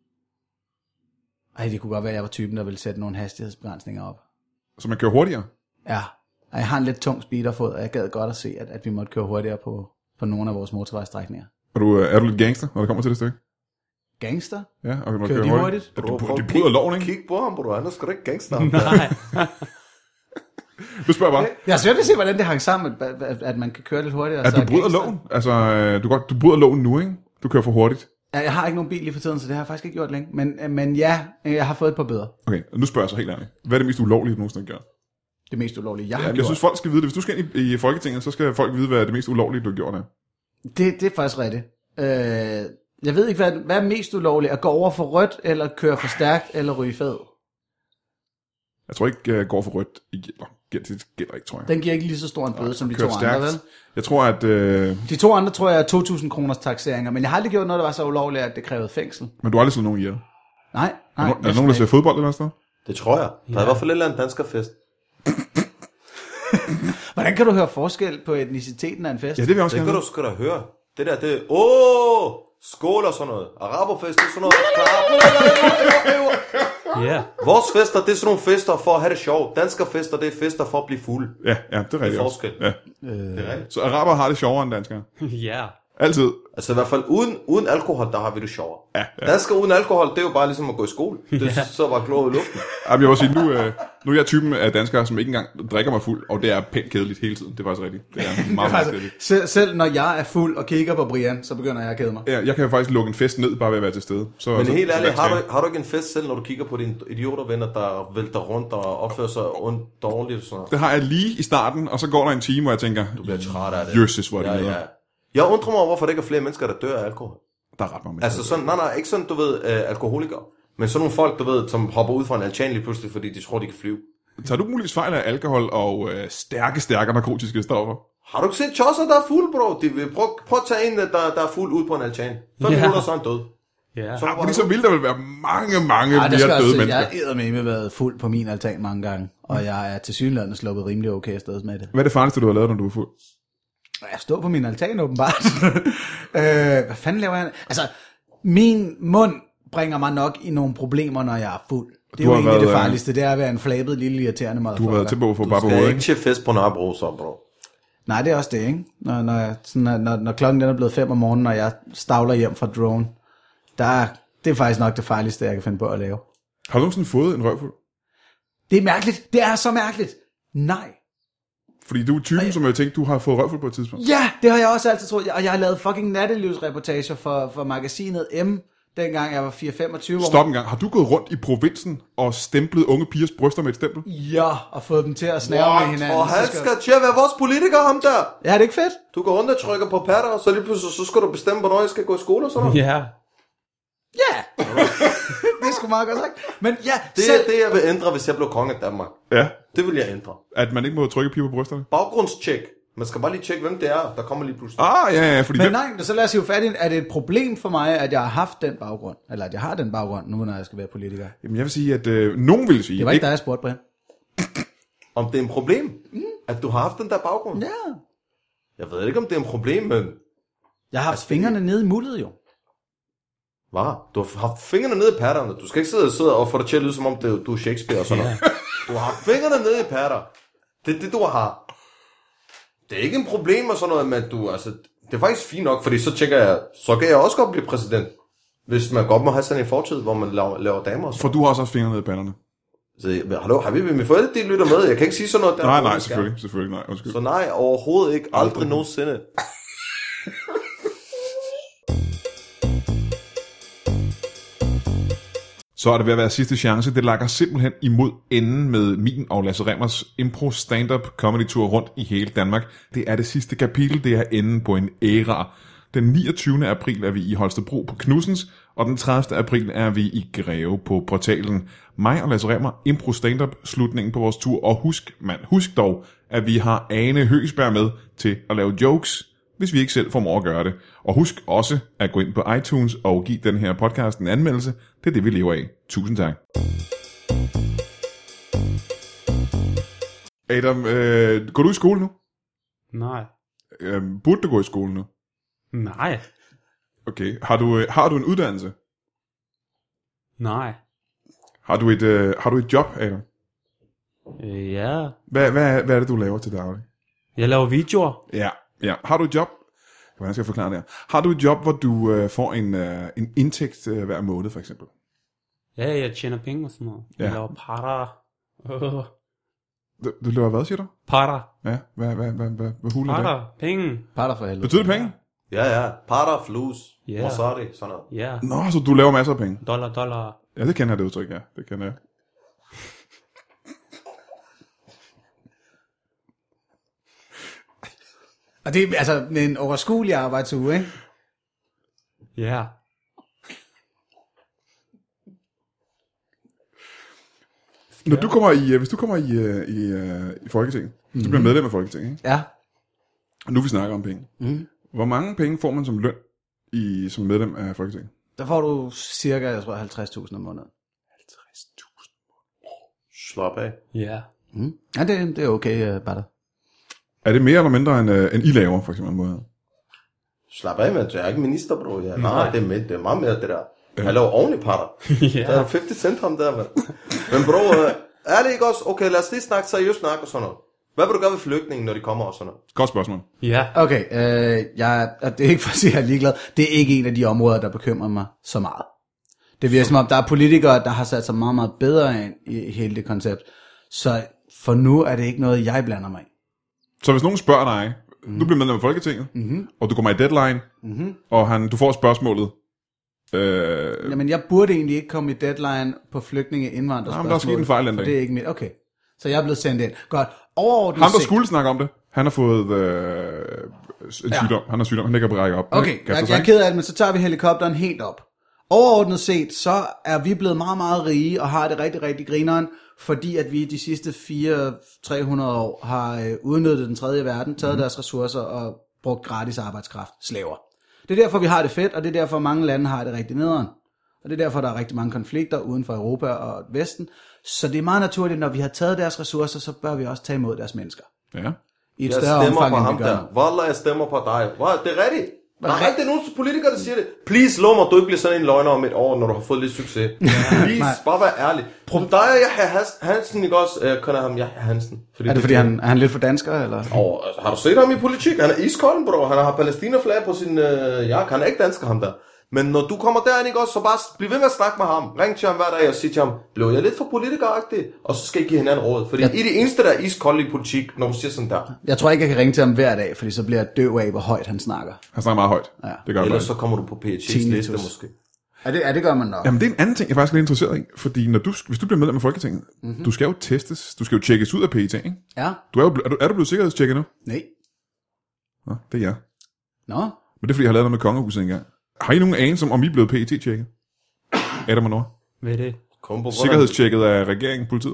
Ej, det kunne godt være, at jeg var typen, der ville sætte nogle hastighedsbegrænsninger op. Så man kører hurtigere? Ja. Ej, jeg har en lidt tung speederfod, og jeg gad godt at se, at, at vi måtte køre hurtigere på, på nogle af vores motorvejstrækninger. Er du, er du lidt gangster, når det kommer til det stykke? Gangster? Ja, og man Kører de hurtigt? Ja, du, Bro, du, prøv de at bryder kig- loven, ikke? Kig på ham, bro. Han er sgu da ikke gangster. Nej. Du spørger bare. Jeg har svært ved at se, hvordan det hang sammen, at, at, at man kan køre lidt hurtigere. At så du er bryder gangster. loven? Altså, øh, du, godt, du bryder loven nu, ikke? Du kører for hurtigt. Ja, jeg har ikke nogen bil lige for tiden, så det har jeg faktisk ikke gjort længe. Men, men ja, jeg har fået et par bøder. Okay, og nu spørger jeg så helt ærligt. Hvad er det mest ulovlige, du nogensinde gør? Det mest ulovlige, jeg har Ja, jeg gjort. synes, folk skal vide det. Hvis du skal ind i, i Folketinget, så skal folk vide, hvad er det mest ulovlige, du har gjort af. Det, det er faktisk rigtigt. Øh, jeg ved ikke, hvad, hvad er mest ulovligt? At gå over for rødt, eller køre for stærkt, eller ryge fed? Jeg tror ikke, uh, går for rødt i gælder. Det gælder ikke, tror jeg. Den giver ikke lige så stor en bøde som de to Kørt andre, stærkt. vel? Jeg tror, at... Øh, De to andre tror jeg er to tusind kroners takseringer, men jeg har aldrig gjort noget, der var så ulovligt, at det krævede fængsel. men du har aldrig slået nogen ihjel. Nej, Er, nej. der, er der næsten nogen, der ser ikke. fodbold eller sådan noget? Det tror jeg. Der er i hvert fald et eller andet danskerfest. Hvordan kan du høre forskel på etniciteten af en fest? Ja, det vil jeg også Det kan gerne. du sgu da høre. Det der, det er... Åh! Skål og sådan noget. Araberfest, det er sådan noget. Ja. Vores fester, det er sådan nogle fester for at have det sjovt. Danskerfester, det er fester for at blive fuld. Ja, ja, det er rigtigt Det er også. forskel. Ja. Det er rigtigt. Så araber har det sjovere end danskere. Ja. Altid. Altså i hvert fald uden, uden alkohol, der har vi det sjovere. Ja, ja. Dansker uden alkohol, det er jo bare ligesom at gå i skole. Det Ja. så bare glå i luften. Jamen, jeg vil sige, nu, øh, nu er jeg typen af danskere, som ikke engang drikker mig fuld, og det er pænt kedeligt hele tiden. Det er faktisk rigtigt. Det er meget, meget kedeligt. Selv, selv når jeg er fuld og kigger på Brian, så begynder jeg at kede mig. Ja, jeg kan jo faktisk lukke en fest ned, bare ved at være til stede. Så, Men så, helt så ærligt, hvad har skal du, har du ikke en fest selv, når du kigger på dine idiotervenner, der vælter rundt og opfører sig ondt, dårligt og sådan noget? Det har jeg lige i starten, og så går der en time, hvor jeg tænker, Du bliver træt af det. jøsses, hvor er det Ja, ja, ja. Jeg undrer mig over, hvorfor der ikke er flere mennesker, der dør af alkohol. Der er ret mange Altså sådan, nej, nej, ikke sådan, du ved, øh, alkoholikere. Men sådan nogle folk, du ved, som hopper ud fra en altan lige pludselig, fordi de tror, de kan flyve. Tager du muligvis fejl af alkohol og øh, stærke, stærke narkotiske stoffer? Har du ikke set Chosser, der er fuld, bro? De vil prøv, prøv at tage en, der, der er fuld ud på en altan. Fem Ja. minutter, så er han død. Ja. Så Ja, var fordi han så ville der vel være mange, mange Ej, det mere skal jeg døde også se. mennesker. Jeg har eddermame været fuld på min altan mange gange, og jeg er tilsyneladende sluppet rimelig okay afsted med det. Hvad er det farligste, du har lavet, når du er fuld? Jeg står på min altan åbenbart. øh, hvad fanden laver jeg? Altså, min mund bringer mig nok i nogle problemer, når jeg er fuld. Det er Du jo har egentlig været, det øh, farligste, det er at være en flabet lille irriterende Du har motherfucker. været til på for Du bare på skal hovedet, ikke til fest på Nørrebro, så, bro. Nej, det er også det, ikke? Når, når, jeg, sådan, når, når, når klokken den er blevet fem om morgenen, og jeg stavler hjem fra drone, der er, det er faktisk nok det farligste, jeg kan finde på at lave. Har du nogensinde fået en røvfuld? Det er mærkeligt. Det er så mærkeligt. Nej. Fordi du er typen, som jeg tænkte, du har fået røvfuld på et tidspunkt. Ja, det har jeg også altid troet. Og jeg har lavet fucking nattelivsreportager for, for magasinet M, dengang jeg var fire femogtyve år. Stop en gang. Har du gået rundt i provinsen og stemplet unge pigers bryster med et stempel? Ja, og fået dem til at snære med hinanden. Og han Så skal til at være vores politiker, ham der. Ja, det er ikke fedt? Du går rundt og trykker på patter, og så lige pludselig, så skal du bestemme, hvornår jeg skal gå i skole og sådan noget. Ja. Ja. Det er sgu meget godt sagt. Men ja, Det selv... er det, jeg vil ændre, hvis jeg blev konge af Danmark. Ja. Det vil jeg ændre. At man ikke må trykke piger på brysterne? Baggrundstjek. Man skal bare lige tjekke, hvem det er, der kommer lige pludselig. Ah, ja, ja, fordi... Men hvem- nej, så lad os jo fat i, er det et problem for mig, at jeg har haft den baggrund? Eller at jeg har den baggrund, nu når jeg skal være politiker? Jamen, jeg vil sige, at øh, nogen vil sige... Det var ikke dig, jeg spurgte, Brian. Om det er en problem, mm. at du har haft den der baggrund. Ja. Jeg ved ikke, om det er en problem, men... Jeg har haft fingrene nede i muldet, jo. Hvad? Du har haft fingrene nede i patterne. Du skal ikke sidde og, sidde og få dig til at lyde, som om det, du er Shakespeare og sådan noget. Du har haft fingrene nede i patter. Det er det, du har. Det er ikke en problem og sådan noget, men du, altså, det er faktisk fint nok, fordi så tænker jeg, så kan jeg også godt blive præsident. Hvis man godt må have sådan en fortid, hvor man laver, laver damer og sådan. For du har også haft fingre ned i panderne. Så, hallo, har vi mine forældre, de lytter med? Jeg kan ikke sige sådan noget der. Nej, nej, selvfølgelig, selvfølgelig, nej, undskyld. Så nej, overhovedet ikke. Aldrig, Aldrig. nogensinde. Så er det ved at være sidste chance. Det lakker simpelthen imod enden med min og Lasse Remmers impro stand-up comedy tour rundt i hele Danmark. Det er det sidste kapitel, det er enden på en æra. Den niogtyvende april er vi i Holstebro på Knudsens, og den tredivte april er vi i Greve på Portalen. Mig og Lasse Remmer, impro stand-up, slutningen på vores tur. Og husk, mand, husk dog, at vi har Ane Høgsberg med til at lave jokes, hvis vi ikke selv formår at gøre det. Og husk også at gå ind på iTunes og give den her podcast en anmeldelse. Det er det, vi lever af. Tusind tak. Adam, øh, går du i skole nu? Nej. Øh, burde du gå i skole nu? Nej. Okay. Har du, øh, har du en uddannelse? Nej. Har du et, øh, har du et job, Adam? Øh, ja. Hvad, hvad, hvad er det, du laver til daglig? Jeg laver videoer. Ja, ja. Har du et job? Hvordan skal jeg forklare det her? Har du et job, hvor du øh, får en, øh, en indtægt øh, hver måned, for eksempel? Ja, jeg tjener penge og sådan noget. Jeg Ja. laver patter. Uh, Du, du laver hvad, siger du? patter. Ja, hvad, hvad, hvad, hvad, hvad hulen er det? Patter. Penge. Parter for helvede. Betyder det penge? Ja, ja. Patter, flus, Ja. yeah. Mossadi, sådan noget. Ja. Nå, så du laver masser af penge. Dollar, dollar. Ja, det kender jeg det udtryk, ja. Det kender jeg. Og det er altså en overskuelig arbejdsuge, ikke? Ja. Når du kommer i, hvis du kommer i, øh, i, øh, i Folketinget, mm-hmm. så bliver medlem af Folketinget, ikke? Ja. Og nu vi snakker om penge. Mm. Hvor mange penge får man som løn i, som medlem af Folketinget? Der får du cirka, jeg tror, halvtreds tusind om måneden. halvtreds tusind. Slap af. Ja. Mm. Ja, det, det er okay, uh, bare. Er det mere eller mindre, end, øh, end I laver, for eksempel? Måde? Slap af, men jeg er ikke minister, bro. Ja. Nej, Nej. det er, med, det er meget mere det der. Jeg laver ordentligt patter. Ja. Der er halvtreds cent ham der, mand. Men bro, uh, ærligt ikke også? Okay, lad os lige snakke seriøst snak og sådan noget. Hvad vil du gøre ved flygtningen, når de kommer og sådan noget? Godt spørgsmål. Ja. Okay, øh, jeg, og det er ikke for at sige, at jeg er ligeglad. Det er ikke en af de områder, der bekymrer mig så meget. Det virker som om, der er politikere, der har sat sig meget, meget bedre ind i hele det koncept. Så for nu er det ikke noget, jeg blander mig i. Så hvis nogen spørger dig, mm. du bliver medlem af Folketinget, mm-hmm. og du kommer i deadline, mm-hmm. og han, du får spørgsmålet. Øh... Jamen, jeg burde egentlig ikke komme i deadline på flygtninge indvandrerspørgsmål. Jamen, der er sket en fejl den dag. Det er ikke mit. Okay, så jeg er blevet sendt ind. Godt. Overordnet Ham, der set- skulle snakke om det, han har fået øh, en sygdom. Han har sygdom, han ligger på række op. Okay, Kaster jeg, sig, jeg er ikke? ked af det, men så tager vi helikopteren helt op. Overordnet set, så er vi blevet meget, meget rige og har det rigtig, rigtig grineren, fordi at vi de sidste fire til tre hundrede år har øh, udnyttet den tredje verden, taget mm. deres ressourcer og brugt gratis arbejdskraft, slaver. Det er derfor, vi har det fedt, og det er derfor, mange lande har det rigtig nederen. Og det er derfor, der er rigtig mange konflikter uden for Europa og Vesten. Så det er meget naturligt, når vi har taget deres ressourcer, så bør vi også tage imod deres mennesker. Ja. I et Jeg større stemmer omfang, på end ham vi gør der. nu. Wallah, jeg stemmer på dig. Hvad? Det er rigtigt. Der er Hvad? rigtig nogle politikere, der siger det. Please, lov mig, du ikke bliver sådan en løgner om et år, når du har fået lidt succes. Please, Nej. bare vær ærlig. Du, dig og jeg, Hans- Hansen, ikke også? Jeg kender ham, jeg Hansen. Fordi Er det fordi, han, er han lidt for dansker, eller? Og, altså, har du set ham i politik? Han er iskold, bro. Han har Palæstina-flag på sin øh, jakke. Han er ikke dansker, ham der. Men når du kommer derind, ikke også, så bare bliv ved med at snakke med ham. Ring til ham hver dag og sig til ham, blev jeg lidt for politikeragtig? Og så skal I give hinanden råd. Fordi Ja. I er det eneste, der er iskold i politik, når du siger sådan der. Jeg tror ikke, jeg kan ringe til ham hver dag, fordi så bliver jeg døv af, hvor højt han snakker. Han snakker meget højt. Ja. Det gør Ellers han. så kommer du på P H D's Tinnitus. liste måske. Ja, det, ja, det gør man nok. Jamen, det er en anden ting, jeg er faktisk lidt interesseret i. Fordi når du, hvis du bliver medlem af Folketinget, mm-hmm. du skal jo testes. Du skal jo tjekkes ud af P E T, ikke? Ja, Du er, jo, ble- er, du, er du blevet sikkerhedstjekket nu? nej. Nå, det er jeg. Nå, Men det er fordi, jeg har lavet noget med kongehuset engang. Har I nogen anelse om, om I er blevet P E T-tjekket? Adam og Nora? Hvad er det? Kom på, hvordan- Sikkerhedstjekket af regeringen, politiet?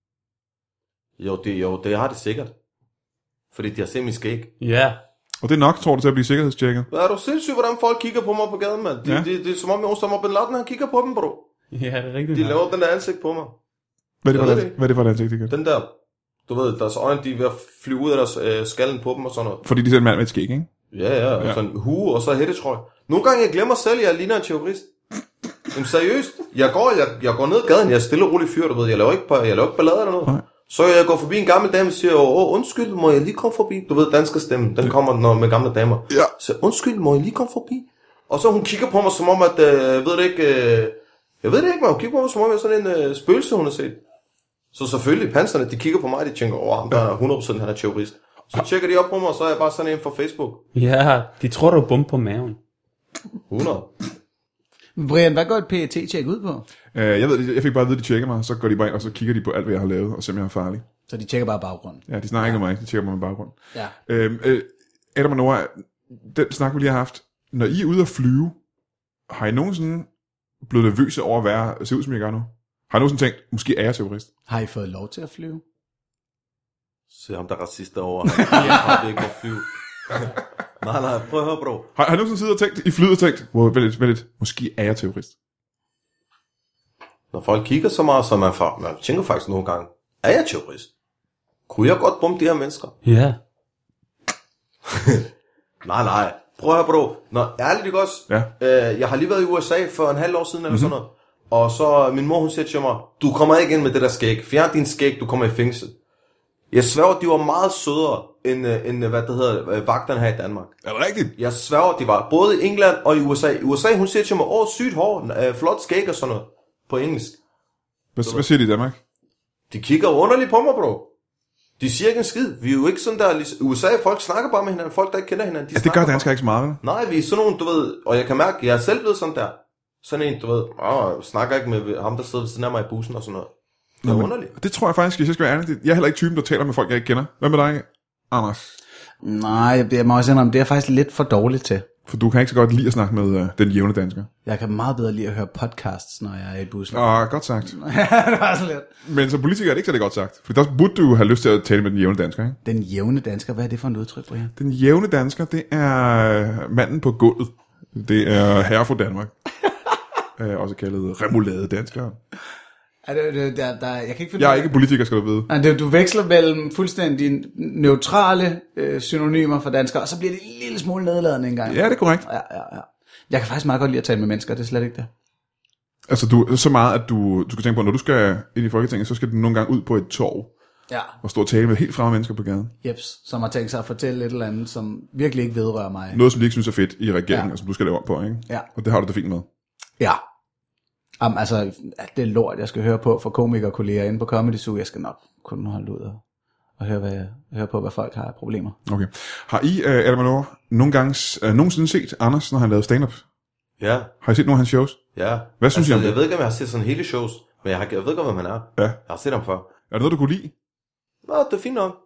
Jo, det, jo, det har det sikkert. Fordi de har set min skæg. Ja. Og det er nok, tror du, til at blive sikkerhedstjekket? Hvad er du sindssygt, hvordan folk kigger på mig på gaden, mand? Det, Ja. ja. det, det, det er som om, jeg Osama Bin Laden, han kigger på dem, bro. Ja, det er rigtigt. De nok. laver den der ansigt på mig. Hvad er det for, Jeg ved et- det hvad er det for et ansigt, de gør? Den der, du ved, deres øjne, de er ved at flyve ud af deres øh, skallen på dem og sådan noget. Fordi de ser en mand med et skæg, ikke? Ja, ja, og Ja. sådan en hue, og så hættetrøje. Nogle gange, jeg glemmer selv, at jeg ligner en terrorist. Jamen seriøst, jeg går, jeg, jeg går ned ad gaden, jeg er stille og rolig fyr, du ved, jeg laver ikke, jeg laver ikke ballade eller noget. Nej. Så jeg går forbi en gammel dame og siger, åh, undskyld, må jeg lige komme forbi? Du ved, danske stemme, den kommer når med gamle damer. Ja. Så undskyld, må jeg lige komme forbi? Og så hun kigger på mig som om, at, øh, jeg ved det ikke, øh, jeg ved det ikke, men hun kigger på mig som om, jeg er sådan en øh, spøgelse, hun har set. Så selvfølgelig, panserne, de kigger på mig, de tænker, åh, ham der er hundrede procent, han er terrorist. Så tjekker de op på mig, og så er jeg bare sådan en fra Facebook. Ja, de tror, du er bum på maven. hundrede. Brian, hvad går et P E T-tjek ud på? Uh, jeg, ved, jeg fik bare at vide, at de tjekker mig, så går de bare ind, og så kigger de på alt, hvad jeg har lavet, og ser, om jeg er farlig. Så de tjekker bare baggrunden. Ja, de snakker ikke med mig, de tjekker mig med baggrund. Ja. Øhm, øh, Adam og Nora, den snak, vi lige har haft. Når I er ude at flyve, har I nogensinde blevet nervøse over at være, se ud, som jeg gør nu? Har I nogensinde tænkt, måske er jeg terrorist? Har I fået lov til at flyve? Se ham der er racist derovre. Jeg har ikke at flyve. nej, nej, prøv at høre, bro. Har, har I nogensinde siddet og tænkt, i flyet og tænkt, wow, vent lidt, vent lidt, måske er jeg terrorist? Når folk kigger så meget, så man, for, man tænker faktisk nogle gange, er jeg terrorist? Kunne jeg godt bombe de her mennesker? Ja. Nej, nej. Prøv at høre, bro. Nå, ærligt ikke også? Ja. Øh, jeg har lige været i U S A for en halv år siden, eller mm-hmm. sådan noget. Og så min mor, hun siger til mig, du kommer ikke ind med det der skæg. Fjern din skæg, du kommer i fængsel. Jeg sværger, de var meget sødere, end, end hvad det hedder, vagterne her i Danmark. Er det rigtigt? Jeg sværger, de var både i England og i U S A. I U S A, hun siger til mig, åh, sygt hår, øh, flot skæg og sådan noget. På engelsk. Hvad, hvad siger de i Danmark? De kigger underligt på mig, bro. De siger ikke en skid. Vi er jo ikke sådan der... I U S A, folk snakker bare med hinanden. Folk, der ikke kender hinanden, de Ja, det gør snakker danskere ikke så meget, vel? bare. Nej, vi er sådan nogle, du ved... Og jeg kan mærke, jeg er selv blevet sådan der. Sådan en, du ved... Åh, snakker ikke med ham, der sidder ved siden af mig i bussen og sådan noget. Det er Nå, men underligt. Det tror jeg faktisk, hvis jeg skal være ærlig. Jeg er heller ikke typen, der taler med folk, jeg ikke kender. Hvad med dig, Anders? Nej, jeg må også indrømme, det er jeg faktisk lidt for dårligt til. For du kan ikke så godt lide at snakke med uh, den jævne dansker. Jeg kan meget bedre lide at høre podcasts, når jeg er i bussen. Åh, godt sagt. det var så lidt. Men som politiker er det ikke så det godt sagt. For der burde du have lyst til at tale med den jævne dansker, ikke? Den jævne dansker, hvad er det for en udtryk, Brian? Den jævne dansker, det er manden på gulvet. Det er herre for Danmark. uh, også kaldet remoulade danskere. Er det, det, der, der, jeg kan ikke finde Jeg er ud af- ikke politiker, skal du vide. Nej, det, du veksler mellem fuldstændig neutrale øh, synonymer for danskere, og så bliver det en lille smule nedladende engang. Ja, det er korrekt. Ja, ja, ja. Jeg kan faktisk meget godt lide at tale med mennesker, det er slet ikke det. Altså, du, så meget, at du, du skal tænke på, når du skal ind i Folketinget, så skal du nogle gange ud på et torv. Ja, Og stå og tale med helt fremme mennesker på gaden. jeps, som har tænkt sig at fortælle et eller andet, som virkelig ikke vedrører mig. Noget, som de ikke synes er fedt i regeringen, Ja. og som du skal lave om på, ikke? Ja. Og det har du det fint med. Ja. Jamen, altså, det er lort, jeg skal høre på for komikerkolleger inde på Comedy Zoo. Jeg skal nok kun holde ud og, og høre, hvad jeg, høre på, hvad folk har af problemer. Okay. Har I, uh, Adam og Nora, nogle gange, uh, nogensinde set Anders, når han lavede stand-up? Ja, Har I set nogle af hans shows? ja. Hvad synes I altså, om det? Jeg ved ikke, om jeg har set sådan hele shows, men jeg, har, jeg ved ikke, hvem han er. Ja. Jeg har set ham før. Er det noget, du kunne lide? Nå, det er fint nok.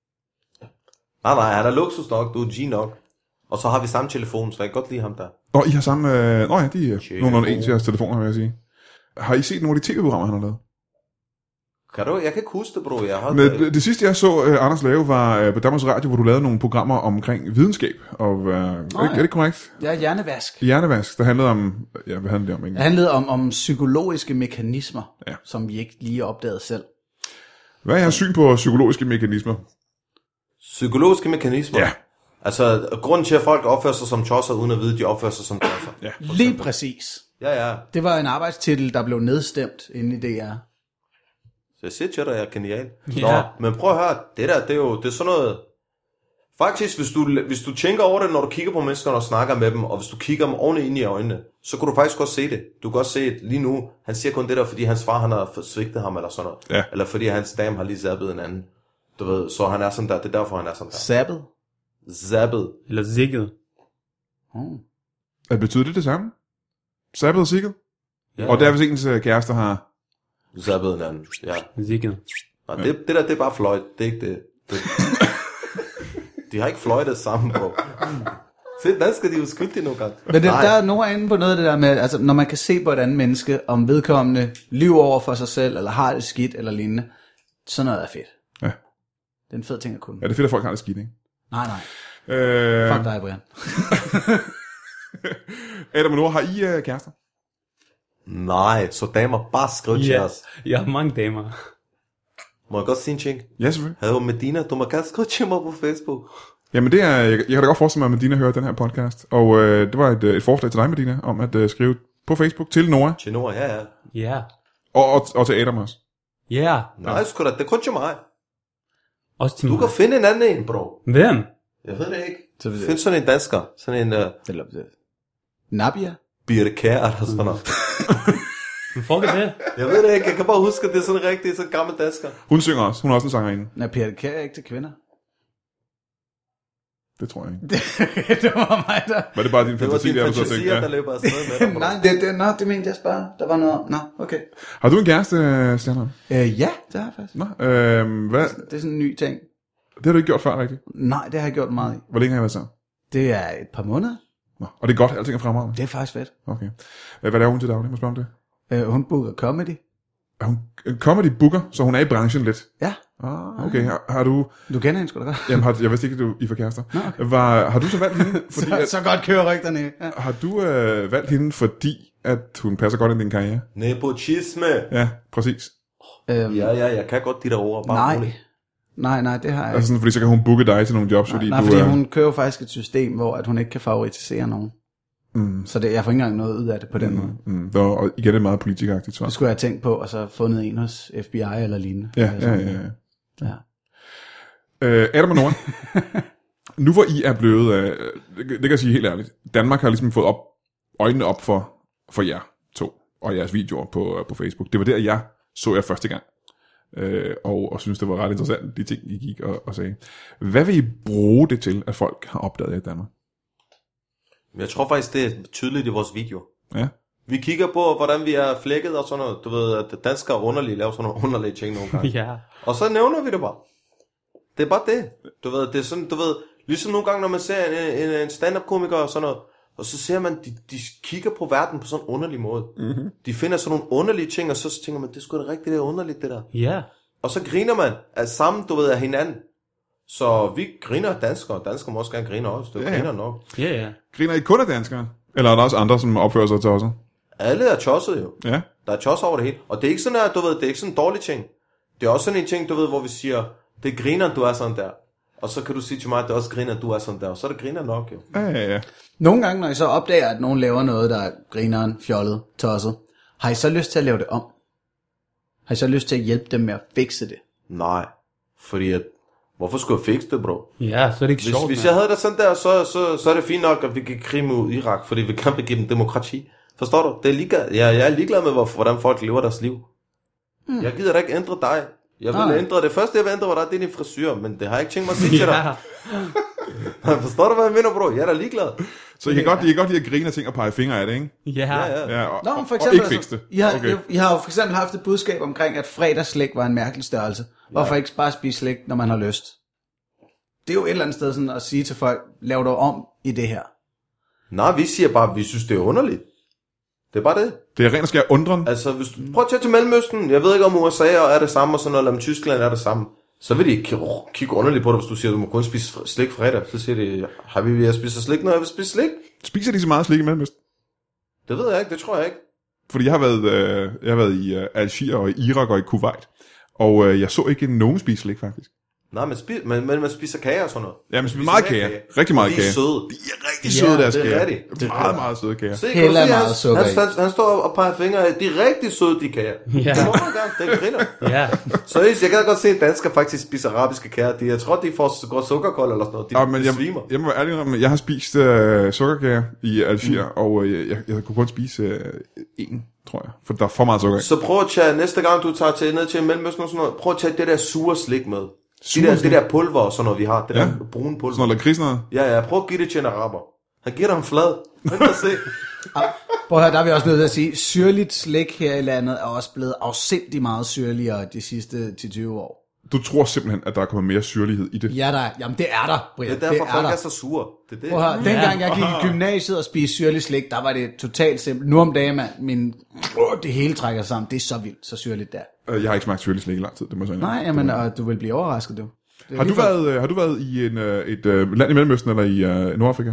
Nej, nej, han er luksus nok, du er G nok. Og så har vi samme telefon, så jeg kan godt lide ham der. Nå, I har samme... Øh, nå ja, de er Telefon. nogenlunde ens i jeres telefoner, vil jeg sige. Har I set nogle af de tv-programmer, han har lavet? Kan du? Jeg kan ikke huske det, bro. Jeg har Men det, det sidste, jeg så uh, Anders lave, var uh, på Danmarks Radio, hvor du lavede nogle programmer omkring videnskab. Og, uh, oh, er, det, ja. er det korrekt? Ja, hjernevask. Hjernevask, der handlede om... Ja, hvad handlede det om egentlig? Det handlede om, om psykologiske mekanismer, Ja. som vi ikke lige opdagede selv. Hvad er jeres syn på psykologiske mekanismer? Psykologiske mekanismer. Ja. Altså, grunden til, at folk opfører sig som tosser, uden at vide, at de opfører sig som tosser. Ja. Lige præcis. Ja, ja. Det var en arbejdstitel, der blev nedstemt inde i D R. Så jeg siger til dig, jeg er genial. Ja. Nå, men prøv at høre, det der, det er jo det er sådan noget... Faktisk, hvis du, hvis du tænker over det, når du kigger på menneskerne og snakker med dem, og hvis du kigger dem ordentligt ind i øjnene, så kan du faktisk godt se det. Du kan godt se det lige nu. Han siger kun det der, fordi hans far han har svigtet ham, eller sådan noget. Ja. Eller fordi hans dame har lige zappet en anden. Du ved, så han er sådan der. Det er derfor, han er sådan der. Zappet. Zappet. Eller zigget. Oh. Hvad betyder det det samme? Sabbet og sikket? Ja, Og der er hvis ens uh, kæreste har... zappet en anden. Ja. Zigget. Og det, det der, det er bare fløjt. Det er ikke det. det. De har ikke fløjtet sammen, bro. Se, dansker, de er jo skyldige nogle gange. Men det, Nej. der er nogen inde på noget af det der med, altså når man kan se på et andet menneske, om vedkommende lyver over for sig selv, eller har det skidt, eller lignende, sådan noget er fedt. Ja. Det er en fed ting at kunne. Ja, det er fedt, at folk har det skidt, ikke? Nej, nej. Øh, Fuck dig, Brian. Adam og Nora, har I uh, kærester? Nej, så damer, bare skriv til Ja, os. jeg har mange damer. Må jeg godt sige en ting? Ja, selvfølgelig. Hallo Medina, du må gerne skrive til mig på Facebook. Jamen det er, jeg, jeg kan da godt forestille mig, at Medina hører den her podcast. Og øh, det var et, et forslag til dig, Medina, om at øh, skrive på Facebook til Nora, Til Nora, ja, ja. Ja. og, og, og til Adam også. Ja. Nej, sgu da, det er kun til mig. Også til Du mig. kan finde en anden en, bro. Hvem? Jeg ved det ikke. Så ved jeg. Find sådan en dansker. Sådan en uh, Eller, Nabia? Birte Kjær eller sådan noget. Hvem fuck er det? Jeg ved det ikke. Jeg kan bare huske, at det er sådan rigtig sådan en gammel dansker. Hun synger også. Hun er også en sangerinde. Nej, Peter Kjær er ikke til kvinder. Det tror jeg ikke. Det var mig, der... Var det bare din Det var fantasi, dine der du så fantasier, tænkte? der Ja. løber afsted med dig, bro. Nej, det, det, nå, det mente jeg bare. Der var noget... Nå, okay. Har du en kæreste, øh, Stjerner? Øh, ja, det har jeg faktisk. Nå, øh, hvad? Det er sådan en ny ting. Det har du ikke gjort før, rigtigt? Nej, det har jeg gjort meget i. Hvor længe har jeg været sammen? Det er et par måneder. Nå, og det er godt, alting er fremragende. Det er faktisk fedt. Okay. Hvad laver hun til daglig? Må jeg spørge om det? Øh, hun booker comedy. Er hun en comedy booker, så hun er i branchen lidt? Ja, Ah, okay. Har, har du... du kender hende sgu da godt. Jamen, har, jeg vidste ikke, at du I var kærester. Nå, okay. Var, har du så valgt hende, fordi Så, at, så godt kører rygterne. Ja. har du øh, valgt hende, fordi at hun passer godt ind i din karriere? Nepotisme. Ja, præcis. Øhm, Ja, ja, jeg kan godt de der ord. Bare nej. roligt. nej, nej, det har jeg Altså ikke. sådan, fordi så kan hun booke dig til nogle jobs, fordi Nej, du fordi er... hun kører jo faktisk et system, hvor at hun ikke kan favoritisere nogen. Mm, Så det, jeg får ikke engang noget ud af det på den måde. mm, der, og igen et meget politikeragtigt svar. Det skulle jeg have tænkt på, og så fundet en hos F B I eller lignende. Ja, Eller ja, sådan. ja. ja. ja. Øh, Adam og Nora, nu hvor I er blevet, øh, det, det kan jeg sige helt ærligt, Danmark har ligesom fået op, øjnene op for, for jer to, og jeres videoer på, øh, på Facebook. Det var der, jeg så jer første gang, øh, og, og synes det var ret interessant, de ting, I gik og, og sagde. Hvad vil I bruge det til, at folk har opdaget jer i Danmark? Men jeg tror faktisk, det er tydeligt i vores video. Ja, Vi kigger på, hvordan vi er flækket og sådan noget. Du ved, at danskere underligt laver sådan nogle underlige ting nogle gange. Ja. Og så nævner vi det bare. Det er bare det. Du ved, det er sådan, du ved, ligesom nogle gange, når man ser en, en, en stand-up-komiker og sådan noget, og så ser man, de, de kigger på verden på sådan en underlig måde. Mm-hmm. De finder sådan nogle underlige ting, og så tænker man, det er sgu da rigtigt, det er underligt, det der. Ja. Og så griner man af sammen, du ved, af hinanden. Så vi griner af danskere, og danskere må også gerne grine også. Det Ja, er ja. ja, griner nok. Ja, ja. griner I kun af danskere? Eller er der også andre, som opfører sig til også? Alle er tosset jo. Ja, Der er tosset over det hele. Og det er ikke sådan, at du ved, det er ikke sådan en dårlig ting. Det er også sådan en ting, du ved, hvor vi siger, det er griner, du er sådan der. Og så kan du sige til mig, at det er også griner, du er sådan der. Og så er det griner nok, jo. ja, ja, ja. Nogle gange, når I så opdager, at nogen laver noget, der er grineren, fjollet, tosset, har I så lyst til at lave det om? Har I så lyst til at hjælpe dem med at fikse det? Nej. Fordi at, hvorfor skulle jeg fikse det, bro? Ja, så er det ikke Hvis, sjovt, hvis man. jeg havde det sådan der, så, så, så er det fint nok, at vi kan krige mod Irak, fordi vi kan give dem demokrati. Forstår du? Det er liga, jeg, jeg er ligeglad med, hvor, hvordan folk lever deres liv. Mm. Jeg gider da ikke ændre dig. Jeg vil Nej. ændre det første, jeg vil ændre, var der, det er din frisyr, men det har jeg ikke tænkt mig at sige til dig. Forstår du, hvad jeg mener, bro? Jeg er da ligeglad. Så I kan godt, I kan godt lide at grine af ting og pege fingre af det, ikke? Ja, Ja, ja. Ja, og, Nå, men for og, eksempel, og ikke fikse det. I, har, Okay. I, I har jo for eksempel haft et budskab omkring, at fredagsslik var en mærkelig størrelse. Hvorfor ikke bare spise slik, når man har lyst? Det er jo et eller andet sted sådan at sige til folk, lav dig om i det her. Nej, vi siger bare, at vi synes, det er underligt. Det er bare det. Det er rent og skær undren. Altså, hvis du prøver at tage til Mellemøsten, jeg ved ikke om U S A er det samme, og sådan noget, eller om Tyskland er det samme, så vil de kigge, kigge underligt på dig, hvis du siger, at du må kun spise slik fredag. Så siger de, har vi ved at spise slik, når jeg vil spise slik? Spiser de så meget slik i Mellemøsten? Det ved jeg ikke, det tror jeg ikke. Fordi jeg har været, øh, jeg har været i øh, Algier og i Irak og i Kuwait. Og øh, jeg så ikke nogen spise slik, faktisk. Nej, man, spiser, man, man, man spiser kage og sådan noget. Ja, men spiser meget kage. Rigtig meget de er kage. søde. De er rigtig søde, Ja, deres det er kager. rigtigt. Det er meget, meget søde kager. Se, kan du Heller se, meget han, sukker han, i. han, han står og peger fingre af. De er rigtig søde, de kager. Ja. Det må man gerne, det griner. ja. Seriøst, jeg kan da godt se, at danskere faktisk spiser arabiske kager. De, jeg tror, de får går sukkerkold eller sådan noget. De, Ja, men de jeg, svimer. jeg må være ærlig om, at jeg har spist øh, sukkerkager i Algier, mm. og øh, jeg, jeg kunne kun spise øh, en, tror jeg. For der er for meget sukker i. Så prøv at tage, næste gang du tager til, ned til Mellemøsten og sådan noget, prøv at tage det der sure slik med. Sure Det der, slik? det der pulver og sådan noget, vi har. Det Ja. der brune pulver. Sådan noget lakrids noget. Ja, ja, prøv at give det til en araber. Han giver dig en flad. Vent og se. Prøv at høre, der er vi også nødt til at sige, syrligt slik her i landet er også blevet afsindig meget syrligere de sidste ti til tyve år. Du tror simpelthen, at der er kommet mere syrlighed i det. Ja, der, jamen det er der, Brian. Det er derfor, det folk der. er så sure. Det er det. Prøv at høre, dengang jeg gik i gymnasiet og spiste syrligt slik, der var det totalt simpelt. Nu om dagen, mand, min, det hele trækker sammen. Det er så vildt, så syrligt der. Øh, Jeg har ikke smagt syrlig slik i lang tid, det må jeg sige. Nej, jamen, og du vil blive overrasket, du. Det er Har du, lige for- været, øh, har du været i en, øh, et øh, land i Mellemøsten eller i øh, Nordafrika?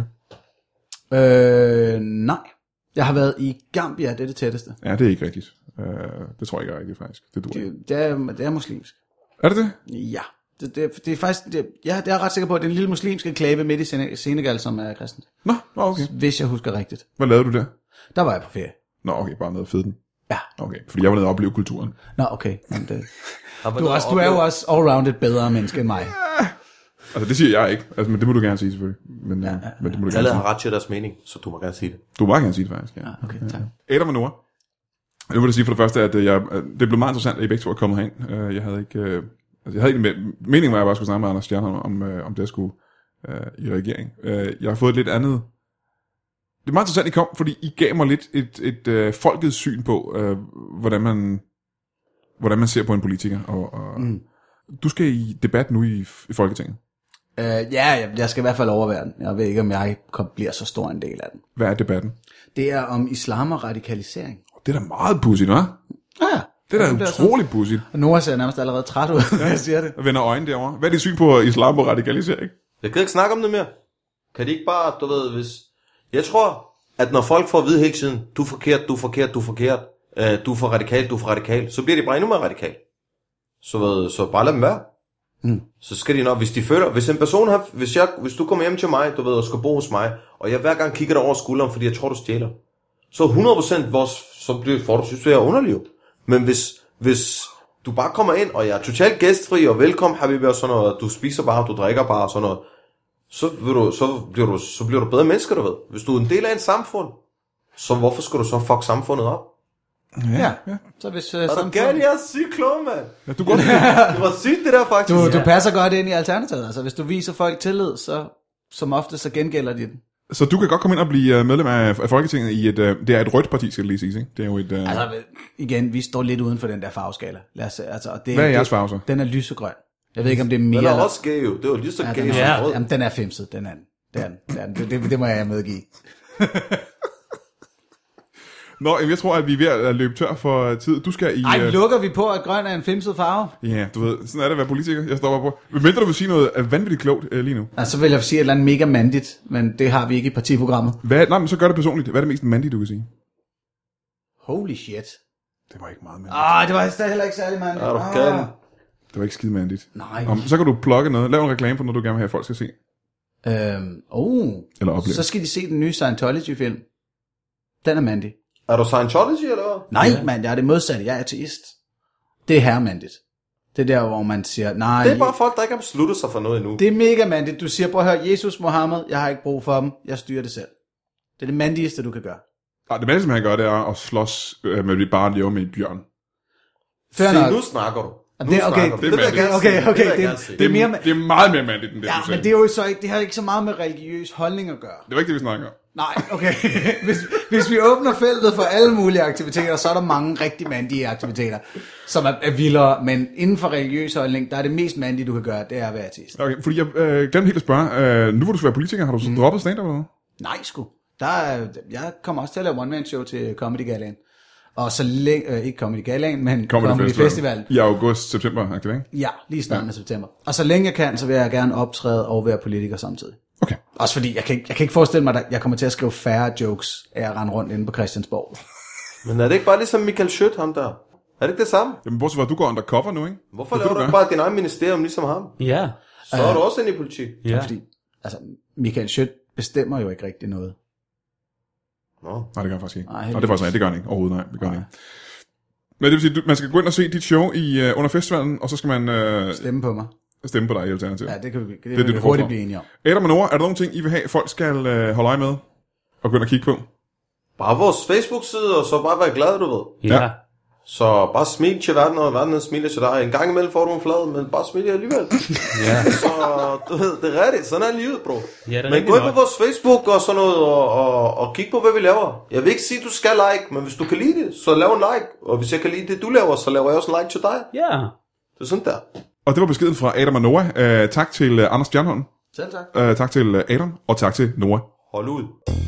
Øh, nej. Jeg har været i Gambia, det er det tætteste. Ja, det er ikke rigtigt. Øh, det tror jeg ikke er rigtigt, faktisk. Det duer ikke. Det, det, er, det er muslimsk. Er det det? Ja. Det, det, det er faktisk, det, ja, det er jeg ret sikker på, at det er en lille muslimsk enklave midt i Sene- Senegal, som er kristen. Nå, nå, okay. Hvis jeg husker rigtigt. Hvad lavede du der? Der var jeg på ferie. Nå, okay, bare noget fedt. Ja. Okay, fordi jeg var nede og opleve kulturen. Nå, okay. Jamen, det, Har man du, er da også, du er jo oplevet- også allround et bedre menneske end mig. Altså, det siger jeg ikke. Altså, men det må du gerne sige, selvfølgelig. Men, ja, ja, ja. men det må du gerne Alle sige. har ret til deres mening, så du må gerne sige det. Du må bare gerne sige det, faktisk. Ja. Ah, okay, tak. Adam og Nora. Nu vil jeg sige for det første, at øh, jeg, øh, det blev meget interessant, at I begge to er kommet herind. Øh, Jeg havde ikke... øh, Altså, jeg havde ikke med, meningen var, at jeg bare skulle snakke med Anders Stjernholm om, øh, om det, jeg skulle øh, i regering. Øh, jeg har fået et lidt andet... Det er meget interessant, at I kom, fordi I gav mig lidt et, et øh, folkets syn på, øh, hvordan, man, hvordan man ser på en politiker. Og, og mm. Du skal i debat nu i, i Folketinget. Uh, ja, jeg, jeg skal i hvert fald overvære den. Jeg ved ikke, om jeg kom, bliver så stor en del af den. Hvad er debatten? Det er om islam og radikalisering. Det er da meget pudsigt, hva'? Ah, ja. Det er da Ja, bliver utroligt pudsigt. Og Nora ser nærmest allerede træt ud, når jeg siger det. Jeg vender øjnene derovre. Hvad er dit syn på islam og radikalisering? Jeg kan ikke snakke om det mere. Kan de ikke bare, du ved, hvis... Jeg tror, at når folk får at vide hele tiden, du er forkert, du er forkert, du er forkert, øh, du er for radikal, du er for radikal, så bliver de bare endnu mere radikal. Så, ved, så bare lad dem være. Mm. Så skal de nok, hvis de føler, hvis en person har, hvis, jeg, hvis du kommer hjem til mig, du ved, og skal bo hos mig, og jeg hver gang kigger dig over skulderen, fordi jeg tror, du stjæler, så hundrede procent vores, så bliver for du synes, du er underliv. Men hvis, hvis du bare kommer ind, og jeg er totalt gæstfri, og velkommen, habibi, og sådan noget, du spiser bare, du drikker bare, og sådan noget, så, vil du, så, bliver du, så bliver du bedre mennesker, du ved. Hvis du er en del af en samfund, så hvorfor skal du så fuck samfundet op? Ja, ja. Så hvis... Uh, Er du galt? Jeg er sygt klog, mand. Ja, du går Det var sygt, det der faktisk. Du, du passer godt ind i alternativet. Altså, hvis du viser folk tillid, så som ofte så gengælder de den. Så du kan godt komme ind og blive øh, medlem af, af Folketinget i et, øh, det er et rødt parti, skal det lige sige, ikke? Det er jo et... Øh... Altså, igen, vi står lidt uden for den der farveskala. Lad os, altså, og det, Hvad er jeres det, farve så? Den er lysegrøn. Jeg ved ikke, om det er mere... Den er eller- også gay, jo. Det var lige så Ja, gay den er, som Ja. rød. jamen, den er femset, den er den. Det, er den. Det, er den. Det, det, det må jeg medgive. Nå, jeg tror, at vi er ved at løbe tør for tid. Du skal i... Ej, øh, lukker vi på, at grøn er en femset farve? Ja, du ved, sådan er det at være politiker. Jeg stopper på. Men mindre du vil sige noget øh, vanvittigt klogt øh, lige nu. Altså, så vil jeg sige et eller andet mega mandigt, men det har vi ikke i partiprogrammet. Hvad, nej, men så gør det personligt. Hvad er det mest mandige, du kan sige? Holy shit. Det var ikke meget mandigt. Ah, det var heller ikke særlig mandigt. Er du Ah. gal? Det var ikke skide mandigt. Nej. Om, så kan du plukke noget. Lav en reklame for noget, du gerne vil have, at folk skal se. Øhm, oh. Eller opleve. Så skal de se den nye Scientology-film. Den er mandig. Er du Scientology, eller hvad? Nej, yeah. mand, jeg er det modsatte. Jeg er ateist. Det er herremandigt. Det er der, hvor man siger, nej... Det er bare folk, der ikke har besluttet sig for noget endnu. Det er mega mandigt. Du siger, prøv at høre, Jesus, Mohammed, jeg har ikke brug for dem. Jeg styrer det selv. Det er det mandigste, du kan gøre. Ja, det mindste, han gør, det er at slås øh, med, at vi bare lever med en bjørn. Fair Se, nok. nu snakker du. Nu Det, okay, snakker du. det vil jeg er gerne okay, se. okay, Det vil jeg det- gerne se. det- Det er, mere mere, ma- det er meget mere mandigt, end det, Ja, du sagde. men det er jo så ikke, det har ikke så meget med religiøs holdning at gøre. Det var ikke det, vi snakker om. Nej, okay. Hvis, hvis vi åbner feltet for alle mulige aktiviteter, så er der mange rigtig mandige aktiviteter, som er, er vildere. Men inden for religiøs holdning, der er det mest mandige, du kan gøre, det er at være artist. Okay, fordi jeg øh, glemte helt at spørge. Øh, nu hvor du skal være politiker, har du så mm. droppet stand-up eller noget? Nej, sgu. Der er, jeg kommer også til at lave one-man-show til Comedy Galaen. Og så længe, øh, ikke Comedy Galaen, men Comedy, Comedy Festival. Festival. I august, september, ikke? Ja, lige starten af september. Og så længe jeg kan, så vil jeg gerne optræde og være politiker samtidig. Okay. Også fordi, jeg kan, ikke, jeg kan ikke forestille mig, at jeg kommer til at skrive færre jokes af at rende rundt inde på Christiansborg. Men er det ikke bare ligesom Michael Schødt, ham der? Er det ikke det samme? Jamen, bortset fra, at du går undercover nu, ikke? Hvorfor Det er laver det, du du ikke gør. bare din egen ministerium ligesom ham? Ja. Så er du også inde i politik. Ja. Fordi, altså, Michael Schødt bestemmer jo ikke rigtig noget. Nå. Nej, det gør han faktisk ikke. Nej, Nej, det er faktisk ikke. Det gør han ikke. Overhovedet nej, det gør han ikke. Men det vil sige, at man skal gå ind og se dit show i, uh, under festivalen, og så skal man uh, Stemme på mig. stemme på dig i Alternativet. Ja, det kan vi, det, det, det, det, du vi får hurtigt fra. blive enige om. Adam og Nora, er der nogle ting, I vil have, folk skal uh, holde øje med og gå ind og kigge på? Bare vores Facebook-side, og så bare være glad, du ved. Ja. Ja. Så bare smil til verden, og verden smiler til dig. En gang imellem får du en flad, men bare smil alligevel. Ja. Så du ved, det er rigtigt. Sådan er livet, bro. Ja, det er Men rigtigt gå ind på nok. vores Facebook og sådan noget, og, og, og kig på, hvad vi laver. Jeg vil ikke sige, at du skal like, men hvis du kan lide det, så lav en like. Og hvis jeg kan lide det, du laver, så laver jeg også en like til dig. Ja. Det er sådan der. Og det var beskeden fra Adam og Nora. Uh, tak til uh, Anders Stjernholm. Selv tak. Uh, tak til uh, Adam, og tak til Nora. Hold ud.